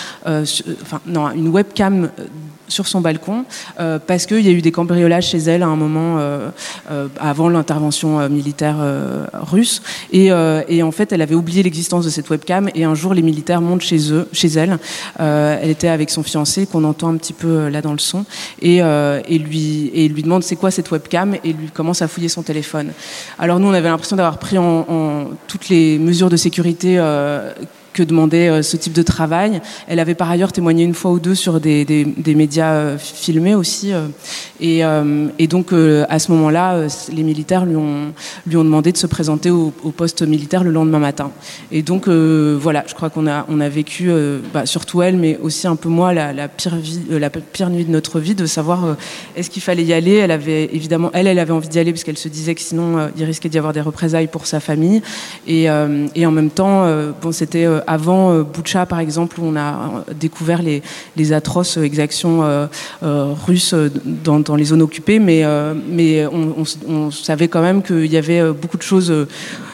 une webcam sur son balcon parce qu'il y a eu des cambriolages chez elle à un moment avant l'intervention militaire russe et en fait elle avait oublié l'existence de cette webcam et un jour les militaires montent chez elle. Elle était avec son fiancé qu'on entend un petit peu là dans le son et lui demande c'est quoi cette webcam et lui commence à fouiller son téléphone. Alors nous on avait l'impression d'avoir pris en toutes les mesures de sécurité que demandait ce type de travail. Elle avait par ailleurs témoigné une fois ou deux sur des médias filmés aussi. Et donc, à ce moment-là, les militaires lui ont demandé de se présenter au poste militaire le lendemain matin. Et donc, je crois qu'on a vécu, surtout elle, mais aussi un peu moi, la pire nuit de notre vie, de savoir est-ce qu'il fallait y aller. Elle avait évidemment, elle avait envie d'y aller parce qu'elle se disait que sinon, il risquait d'y avoir des représailles pour sa famille. Et en même temps, c'était avant Boutcha, par exemple, où on a découvert les atroces exactions russes dans les zones occupées, mais on savait quand même qu'il y avait beaucoup de choses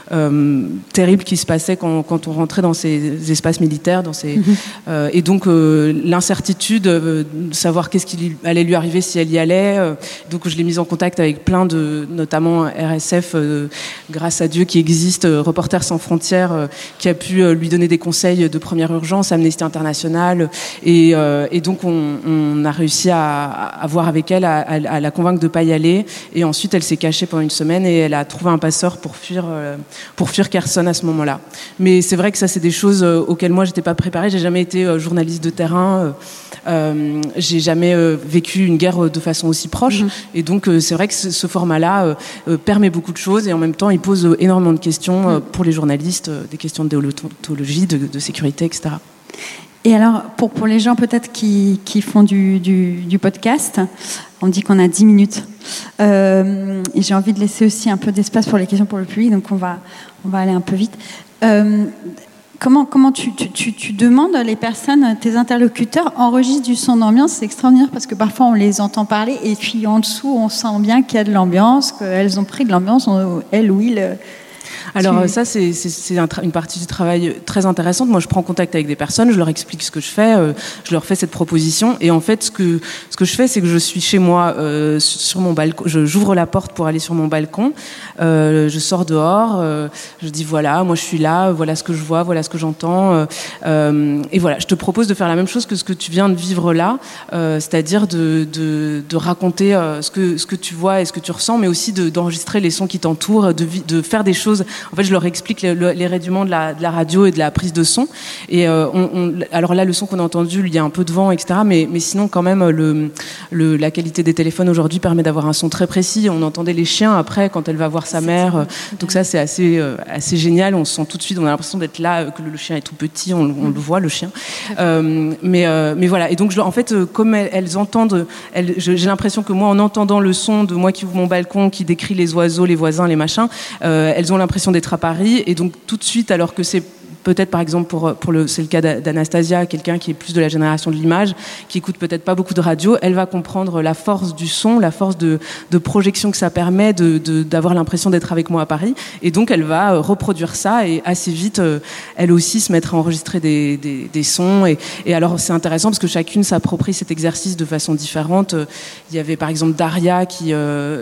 terribles qui se passaient quand on rentrait dans ces espaces militaires, et donc l'incertitude de savoir qu'est-ce qui allait lui arriver si elle y allait. Donc je l'ai mise en contact avec plein de, notamment RSF, grâce à Dieu qui existe, Reporters sans frontières, qui a pu lui donner des conseils de première urgence, Amnesty International, et donc on a réussi à voir avec elle, à la convaincre de pas y aller, et ensuite elle s'est cachée pendant une semaine et elle a trouvé un passeur pour fuir Kherson à ce moment-là. Mais c'est vrai que ça, c'est des choses auxquelles moi j'étais pas préparée. J'ai jamais été journaliste de terrain, j'ai jamais vécu une guerre de façon aussi proche, et donc c'est vrai que ce format-là permet beaucoup de choses, et en même temps il pose énormément de questions pour les journalistes, des questions de déontologie, de sécurité, etc. Et alors, pour les gens peut-être qui font du podcast, on dit qu'on a 10 minutes. Et j'ai envie de laisser aussi un peu d'espace pour les questions pour le public, donc on va aller un peu vite. Comment tu demandes, les personnes, tes interlocuteurs enregistrent du son d'ambiance? C'est extraordinaire parce que parfois on les entend parler et puis en dessous on sent bien qu'il y a de l'ambiance, qu'elles ont pris de l'ambiance, elles ou ils. Alors ça, c'est une partie du travail très intéressante. Moi, je prends contact avec des personnes, je leur explique ce que je fais, je leur fais cette proposition. Et en fait, ce que je fais, c'est que je suis chez moi, sur mon balcon. J'ouvre la porte pour aller sur mon balcon. Je sors dehors. Je dis voilà, moi je suis là. Voilà ce que je vois, voilà ce que j'entends. Et voilà, je te propose de faire la même chose que ce que tu viens de vivre là, c'est-à-dire de raconter ce que tu vois et ce que tu ressens, mais aussi d'enregistrer les sons qui t'entourent, de faire des choses. En fait, je leur explique les rudiments de la radio et de la prise de son. Et alors là, le son qu'on a entendu, il y a un peu de vent, etc. Mais sinon, quand même, la qualité des téléphones aujourd'hui permet d'avoir un son très précis. On entendait les chiens après quand elle va voir sa mère. Donc ça, c'est assez génial. On se sent tout de suite, on a l'impression d'être là, que le chien est tout petit, on le voit, le chien. Mais voilà. Et donc, en fait, comme elles entendent, j'ai l'impression que moi, en entendant le son de moi qui ouvre mon balcon, qui décrit les oiseaux, les voisins, les machins, elles ont l'impression d'être à Paris, et donc tout de suite, alors que c'est peut-être par exemple c'est le cas d'Anastasia, quelqu'un qui est plus de la génération de l'image, qui écoute peut-être pas beaucoup de radio, elle va comprendre la force du son, la force de projection que ça permet d'avoir l'impression d'être avec moi à Paris, et donc elle va reproduire ça, et assez vite elle aussi se mettre à enregistrer des sons, et alors c'est intéressant parce que chacune s'approprie cet exercice de façon différente. Il y avait par exemple Daria qui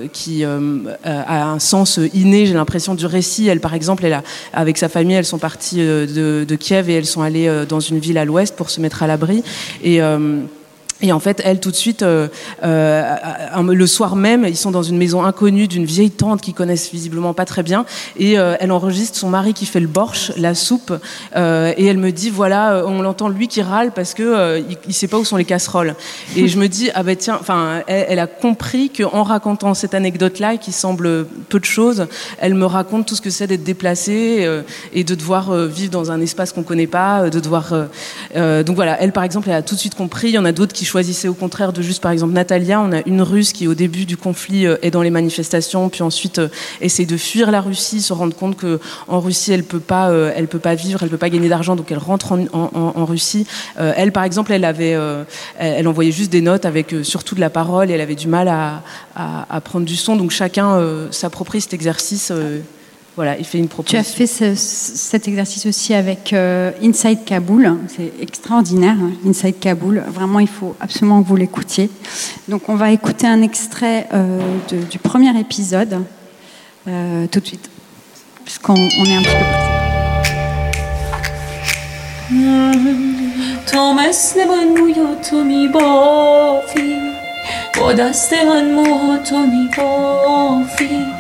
a un sens inné, j'ai l'impression, du récit. Elle par exemple, avec sa famille, elles sont parties de Kiev et elles sont allées dans une ville à l'ouest pour se mettre à l'abri, et en fait, elle, tout de suite, le soir même, ils sont dans une maison inconnue d'une vieille tante qu'ils connaissent visiblement pas très bien, et elle enregistre son mari qui fait le borsch, la soupe, et elle me dit voilà, on l'entend lui qui râle parce que il sait pas où sont les casseroles. Et je me dis ah ben tiens, enfin, elle a compris qu'en racontant cette anecdote-là, qui semble peu de choses, elle me raconte tout ce que c'est d'être déplacée et de devoir vivre dans un espace qu'on connaît pas, de devoir. Donc voilà, elle par exemple, elle a tout de suite compris. Il y en a d'autres qui choisissaient au contraire de juste, par exemple Natalia, on a une Russe qui au début du conflit est dans les manifestations, puis ensuite essaie de fuir la Russie, se rendre compte que en Russie elle peut pas vivre, elle peut pas gagner d'argent, donc elle rentre en Russie. Elle par exemple, elle envoyait juste des notes avec surtout de la parole, et elle avait du mal à prendre du son, donc chacun s'approprie cet exercice. Voilà, il fait une proposition. Tu as fait cet exercice aussi avec Inside Kaboul. C'est extraordinaire, hein, Inside Kaboul. Vraiment, il faut absolument que vous l'écoutiez. Donc, on va écouter un extrait du premier épisode tout de suite, puisqu'on est un petit peu petit.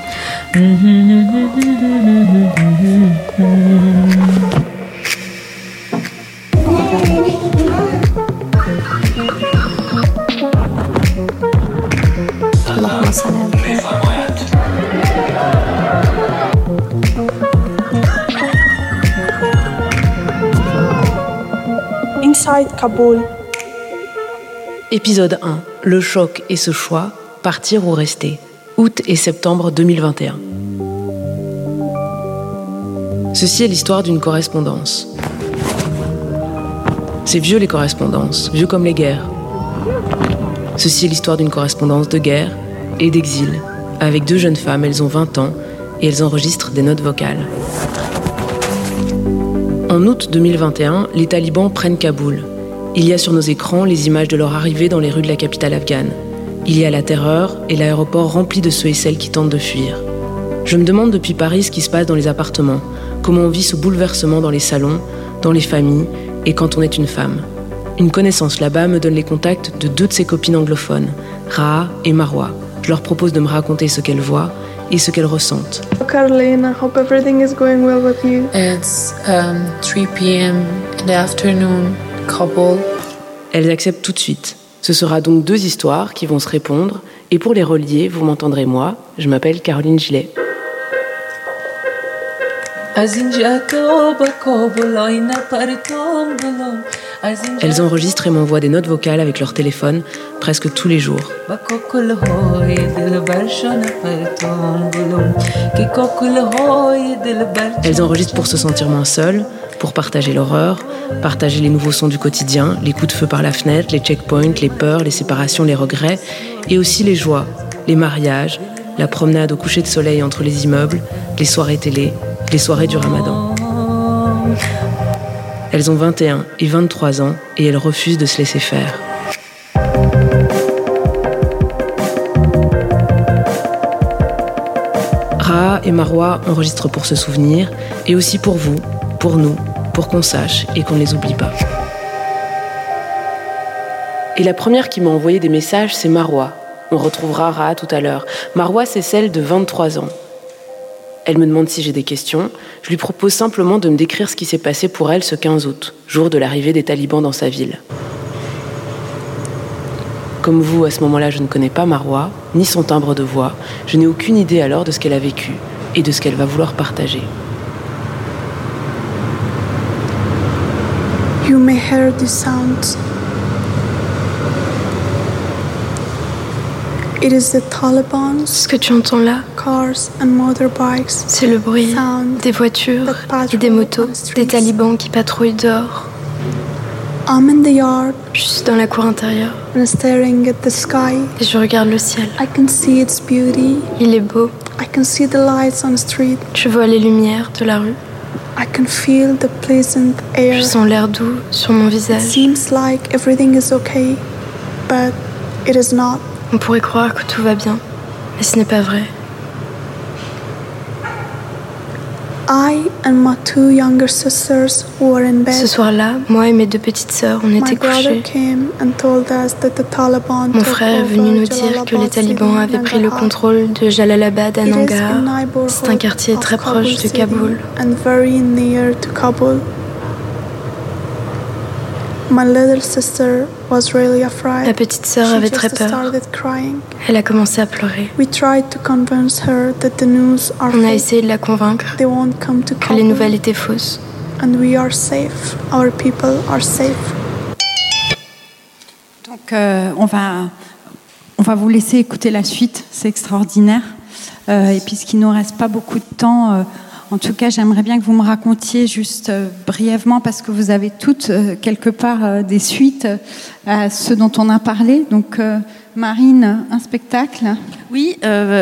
Inside Kaboul. Épisode 1. Le choc et ce choix, partir ou rester. Août et septembre 2021. Ceci est l'histoire d'une correspondance. C'est vieux les correspondances, vieux comme les guerres. Ceci est l'histoire d'une correspondance de guerre et d'exil, avec deux jeunes femmes, elles ont 20 ans, et elles enregistrent des notes vocales. En août 2021, les talibans prennent Kaboul. Il y a sur nos écrans les images de leur arrivée dans les rues de la capitale afghane. Il y a la terreur et l'aéroport rempli de ceux et celles qui tentent de fuir. Je me demande depuis Paris ce qui se passe dans les appartements, comment on vit ce bouleversement dans les salons, dans les familles et quand on est une femme. Une connaissance là-bas me donne les contacts de 2 de ses copines anglophones, Raha et Marwa. Je leur propose de me raconter ce qu'elles voient et ce qu'elles ressentent. Caroline, I hope everything is going well with you. It's 3 p.m. in the afternoon, Kabul. Elles acceptent tout de suite. Ce sera donc 2 histoires qui vont se répondre et pour les relier, vous m'entendrez moi, je m'appelle Caroline Gillet. Elles enregistrent et m'envoient des notes vocales avec leur téléphone presque tous les jours. Elles enregistrent pour se sentir moins seules, pour partager l'horreur, partager les nouveaux sons du quotidien, les coups de feu par la fenêtre, les checkpoints, les peurs, les séparations, les regrets, et aussi les joies, les mariages, la promenade au coucher de soleil entre les immeubles, les soirées télé, les soirées du Ramadan. Elles ont 21 et 23 ans et elles refusent de se laisser faire. Raha et Marwa enregistrent pour se souvenir et aussi pour vous, pour nous, pour qu'on sache et qu'on ne les oublie pas. Et la première qui m'a envoyé des messages, c'est Marwa. On retrouvera Raha tout à l'heure. Marwa, c'est celle de 23 ans. Elle me demande si j'ai des questions. Je lui propose simplement de me décrire ce qui s'est passé pour elle ce 15 août, jour de l'arrivée des talibans dans sa ville. Comme vous, à ce moment-là, je ne connais pas Marwa, ni son timbre de voix. Je n'ai aucune idée alors de ce qu'elle a vécu et de ce qu'elle va vouloir partager. You may hear the sounds. It is the Taliban. Ce que tu entends là, Cars and motorbikes. C'est le bruit des voitures et des motos, des talibans qui patrouillent dehors. I'm in the yard. Je suis dans la cour intérieure. And staring at the sky. Et je regarde le ciel. I can see its beauty. Il est beau. I can see the lights on the street. Je vois les lumières de la rue. I can feel the pleasant air. Je sens l'air doux sur mon visage. It seems like everything is okay, but it is not. On pourrait croire que tout va bien, mais ce n'est pas vrai. I and my 2 younger sisters were in bed. Ce soir-là, moi et mes 2 petites sœurs, on était couchés. Mon frère est venu nous dire que les talibans avaient pris le contrôle de Jalalabad à Nangarhar. C'est un quartier très proche de Kaboul. My little sister was really afraid. Ma petite sœur avait très peur. Elle a commencé à pleurer. We tried to convince her that the news are On a essayé de la convaincre que les nouvelles étaient fausses. And we are safe. Our people are safe. Donc on va vous laisser écouter la suite. C'est extraordinaire. Et puisqu'il nous reste pas beaucoup de temps. En tout cas, j'aimerais bien que vous me racontiez juste brièvement, parce que vous avez toutes quelque part des suites à ce dont on a parlé. Donc, Marine, un spectacle. Oui,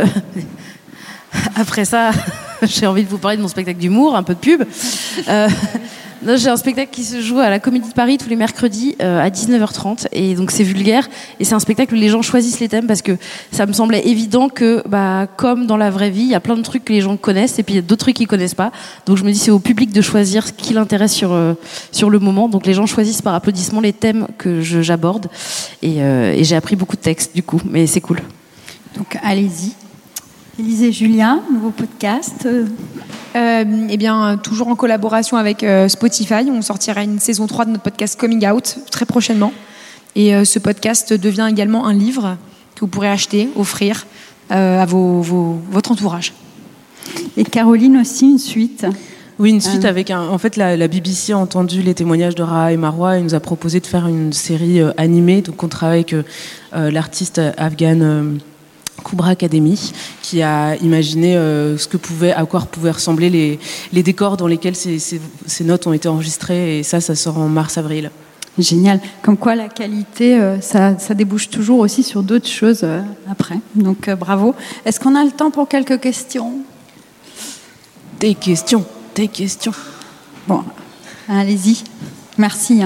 après ça, j'ai envie de vous parler de mon spectacle d'humour, un peu de pub. J'ai un spectacle qui se joue à la Comédie de Paris tous les mercredis à 19h30 et donc c'est vulgaire et c'est un spectacle où les gens choisissent les thèmes parce que ça me semblait évident que comme dans la vraie vie il y a plein de trucs que les gens connaissent et puis il y a d'autres trucs qu'ils connaissent pas, donc je me dis c'est au public de choisir ce qui l'intéresse sur le moment, donc les gens choisissent par applaudissement les thèmes que j'aborde et j'ai appris beaucoup de textes du coup, mais c'est cool. Donc allez-y. Élise et Julien, nouveau podcast. Eh bien, toujours en collaboration avec Spotify, on sortira une saison 3 de notre podcast Coming Out très prochainement. Et ce podcast devient également un livre que vous pourrez acheter, offrir à votre entourage. Et Caroline aussi, une suite. Oui, une suite avec en fait, la BBC a entendu les témoignages de Raha et Marwa et nous a proposé de faire une série animée. Donc, on travaille avec l'artiste afghane Kubra Academy, qui a imaginé à quoi pouvaient ressembler les décors dans lesquels ces notes ont été enregistrées. Et ça sort en mars-avril. Génial. Comme quoi, la qualité, ça débouche toujours aussi sur d'autres choses après. Donc, bravo. Est-ce qu'on a le temps pour quelques questions ? Des questions. Bon, allez-y. Merci.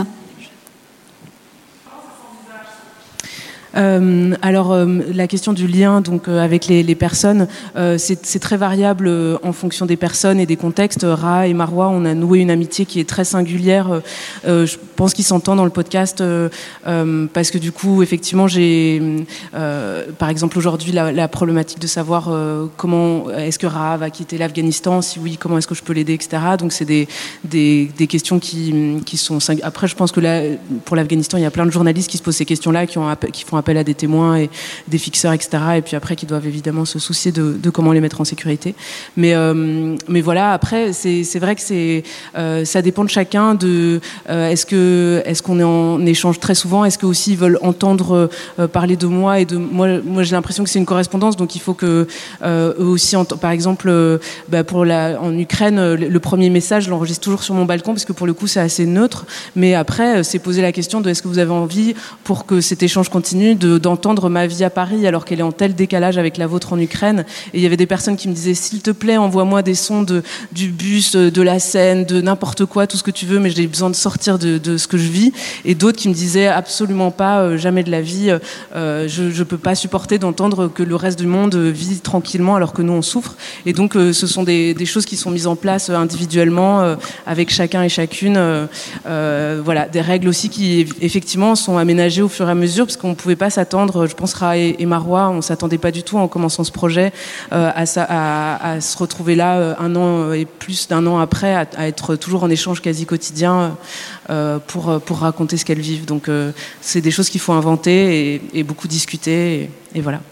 La question du lien donc avec les personnes, c'est très variable en fonction des personnes et des contextes. Ra et Marwa, on a noué une amitié qui est très singulière. Je pense qu'ils s'entendent dans le podcast parce que du coup, effectivement, j'ai par exemple aujourd'hui la problématique de savoir comment est-ce que Ra va quitter l'Afghanistan, si oui, comment est-ce que je peux l'aider, etc. Donc c'est des questions qui sont après, je pense que là, pour l'Afghanistan, il y a plein de journalistes qui se posent ces questions-là, qui font appel à des témoins et des fixeurs, etc. Et puis après, qui doivent évidemment se soucier de comment les mettre en sécurité. Mais voilà, après, c'est vrai que ça dépend de chacun. Est-ce qu'on est en échange très souvent? Est-ce que aussi ils veulent entendre parler de moi et de moi j'ai l'impression que c'est une correspondance, donc il faut que eux aussi, par exemple, en Ukraine, le premier message, je l'enregistre toujours sur mon balcon parce que pour le coup, c'est assez neutre. Mais après, c'est poser la question de est-ce que vous avez envie, pour que cet échange continue, d'entendre ma vie à Paris alors qu'elle est en tel décalage avec la vôtre en Ukraine. Et il y avait des personnes qui me disaient s'il te plaît, envoie-moi des sons du bus, de la Seine, de n'importe quoi, tout ce que tu veux, mais j'ai besoin de sortir de ce que je vis. Et d'autres qui me disaient absolument pas, jamais de la vie, je peux pas supporter d'entendre que le reste du monde vit tranquillement alors que nous on souffre. Et donc ce sont des choses qui sont mises en place individuellement avec chacun et chacune. Voilà, des règles aussi qui effectivement sont aménagées au fur et à mesure, parce qu'on pouvait pas s'attendre, je pense Ra et Marwa, on s'attendait pas du tout en commençant ce projet à se retrouver là un an et plus d'un an après, à être toujours en échange quasi quotidien pour raconter ce qu'elles vivent. Donc c'est des choses qu'il faut inventer et beaucoup discuter et voilà.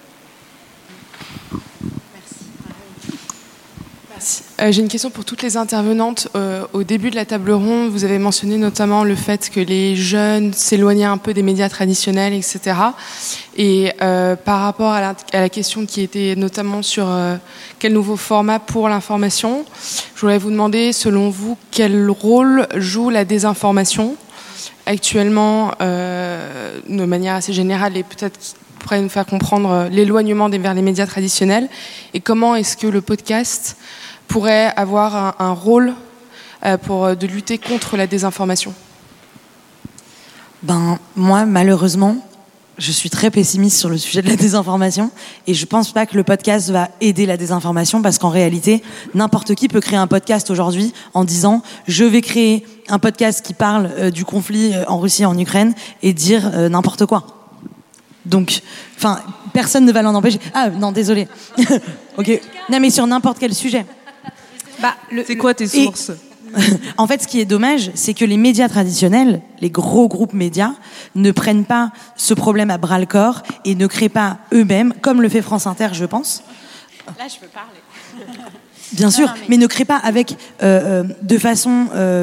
J'ai une question pour toutes les intervenantes. Au début de la table ronde, vous avez mentionné notamment le fait que les jeunes s'éloignaient un peu des médias traditionnels, etc. Et par rapport à la question qui était notamment sur quel nouveau format pour l'information, je voudrais vous demander, selon vous, quel rôle joue la désinformation actuellement, de manière assez générale, et peut-être pourrait nous faire comprendre l'éloignement vers les médias traditionnels, et comment est-ce que le podcast pourrait avoir un rôle de lutter contre la désinformation? Moi, malheureusement, je suis très pessimiste sur le sujet de la désinformation et je pense pas que le podcast va aider la désinformation, parce qu'en réalité, n'importe qui peut créer un podcast aujourd'hui en disant je vais créer un podcast qui parle du conflit en Russie et en Ukraine et dire n'importe quoi. Donc, personne ne va l'en empêcher. Ah non, désolé. Ok. Non, mais sur n'importe quel sujet. C'est quoi tes sources? En fait, ce qui est dommage, c'est que les médias traditionnels, les gros groupes médias, ne prennent pas ce problème à bras-le-corps et ne créent pas eux-mêmes, comme le fait France Inter, je pense. Là, je peux parler. Bien sûr, mais ne créent pas avec de façon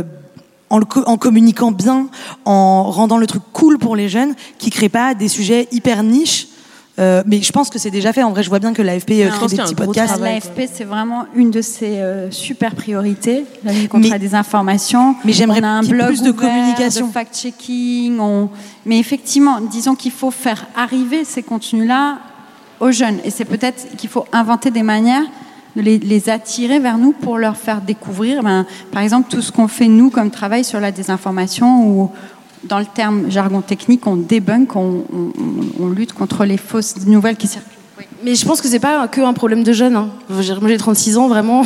en communiquant bien, en rendant le truc cool pour les jeunes, qui créent pas des sujets hyper niches. Mais je pense que c'est déjà fait. En vrai, je vois bien que l'AFP crée des petits podcasts. L'AFP, c'est vraiment une de ses super priorités, la lutte contre la désinformation. Mais j'aimerais on a un qu'il y ait blog plus de communication, de fact-checking. Mais effectivement, disons qu'il faut faire arriver ces contenus-là aux jeunes. Et c'est peut-être qu'il faut inventer des manières de les attirer vers nous pour leur faire découvrir, par exemple, tout ce qu'on fait, nous, comme travail sur la désinformation, ou dans le terme jargon technique, on débunk, on lutte contre les fausses nouvelles qui circulent. Oui. Mais je pense que c'est pas que un problème de jeunes. Hein. Moi, j'ai 36 ans, vraiment.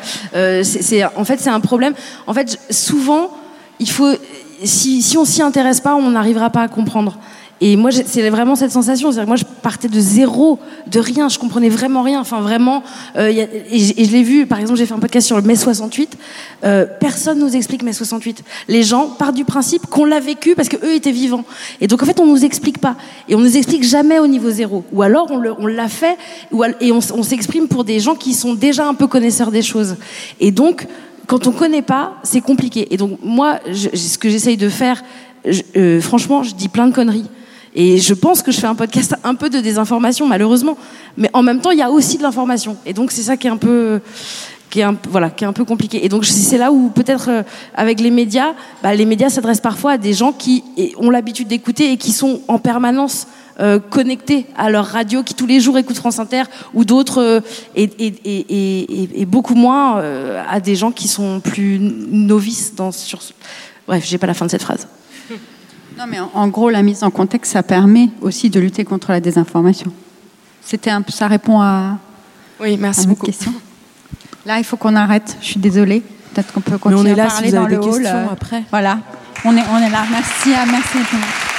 En fait, c'est un problème. En fait, souvent, il faut, si on s'y intéresse pas, on n'arrivera pas à comprendre. Et moi, c'est vraiment cette sensation. C'est-à-dire que moi, je partais de zéro, de rien. Je comprenais vraiment rien. Enfin, vraiment. Et je l'ai vu. Par exemple, j'ai fait un podcast sur le mai 68. Personne nous explique mai 68. Les gens partent du principe qu'on l'a vécu parce que eux étaient vivants. Et donc, en fait, on nous explique pas. Et on nous explique jamais au niveau zéro. Ou alors, on l'a fait. Et on s'exprime pour des gens qui sont déjà un peu connaisseurs des choses. Et donc, quand on connaît pas, c'est compliqué. Et donc, moi, ce que j'essaye de faire, franchement, je dis plein de conneries. Et je pense que je fais un podcast un peu de désinformation, malheureusement. Mais en même temps, il y a aussi de l'information. Et donc, c'est ça qui est un peu compliqué. Et donc, c'est là où, peut-être, avec les médias s'adressent parfois à des gens qui ont l'habitude d'écouter et qui sont en permanence connectés à leur radio, qui tous les jours écoutent France Inter, ou d'autres, et beaucoup moins à des gens qui sont plus novices Bref, j'ai pas la fin de cette phrase. Non, mais en gros, la mise en contexte, ça permet aussi de lutter contre la désinformation. Ça répond à votre question. Là, il faut qu'on arrête. Je suis désolée. Peut-être qu'on peut continuer à parler dans le hall. questions après. Voilà. On est là. Merci à tout le monde.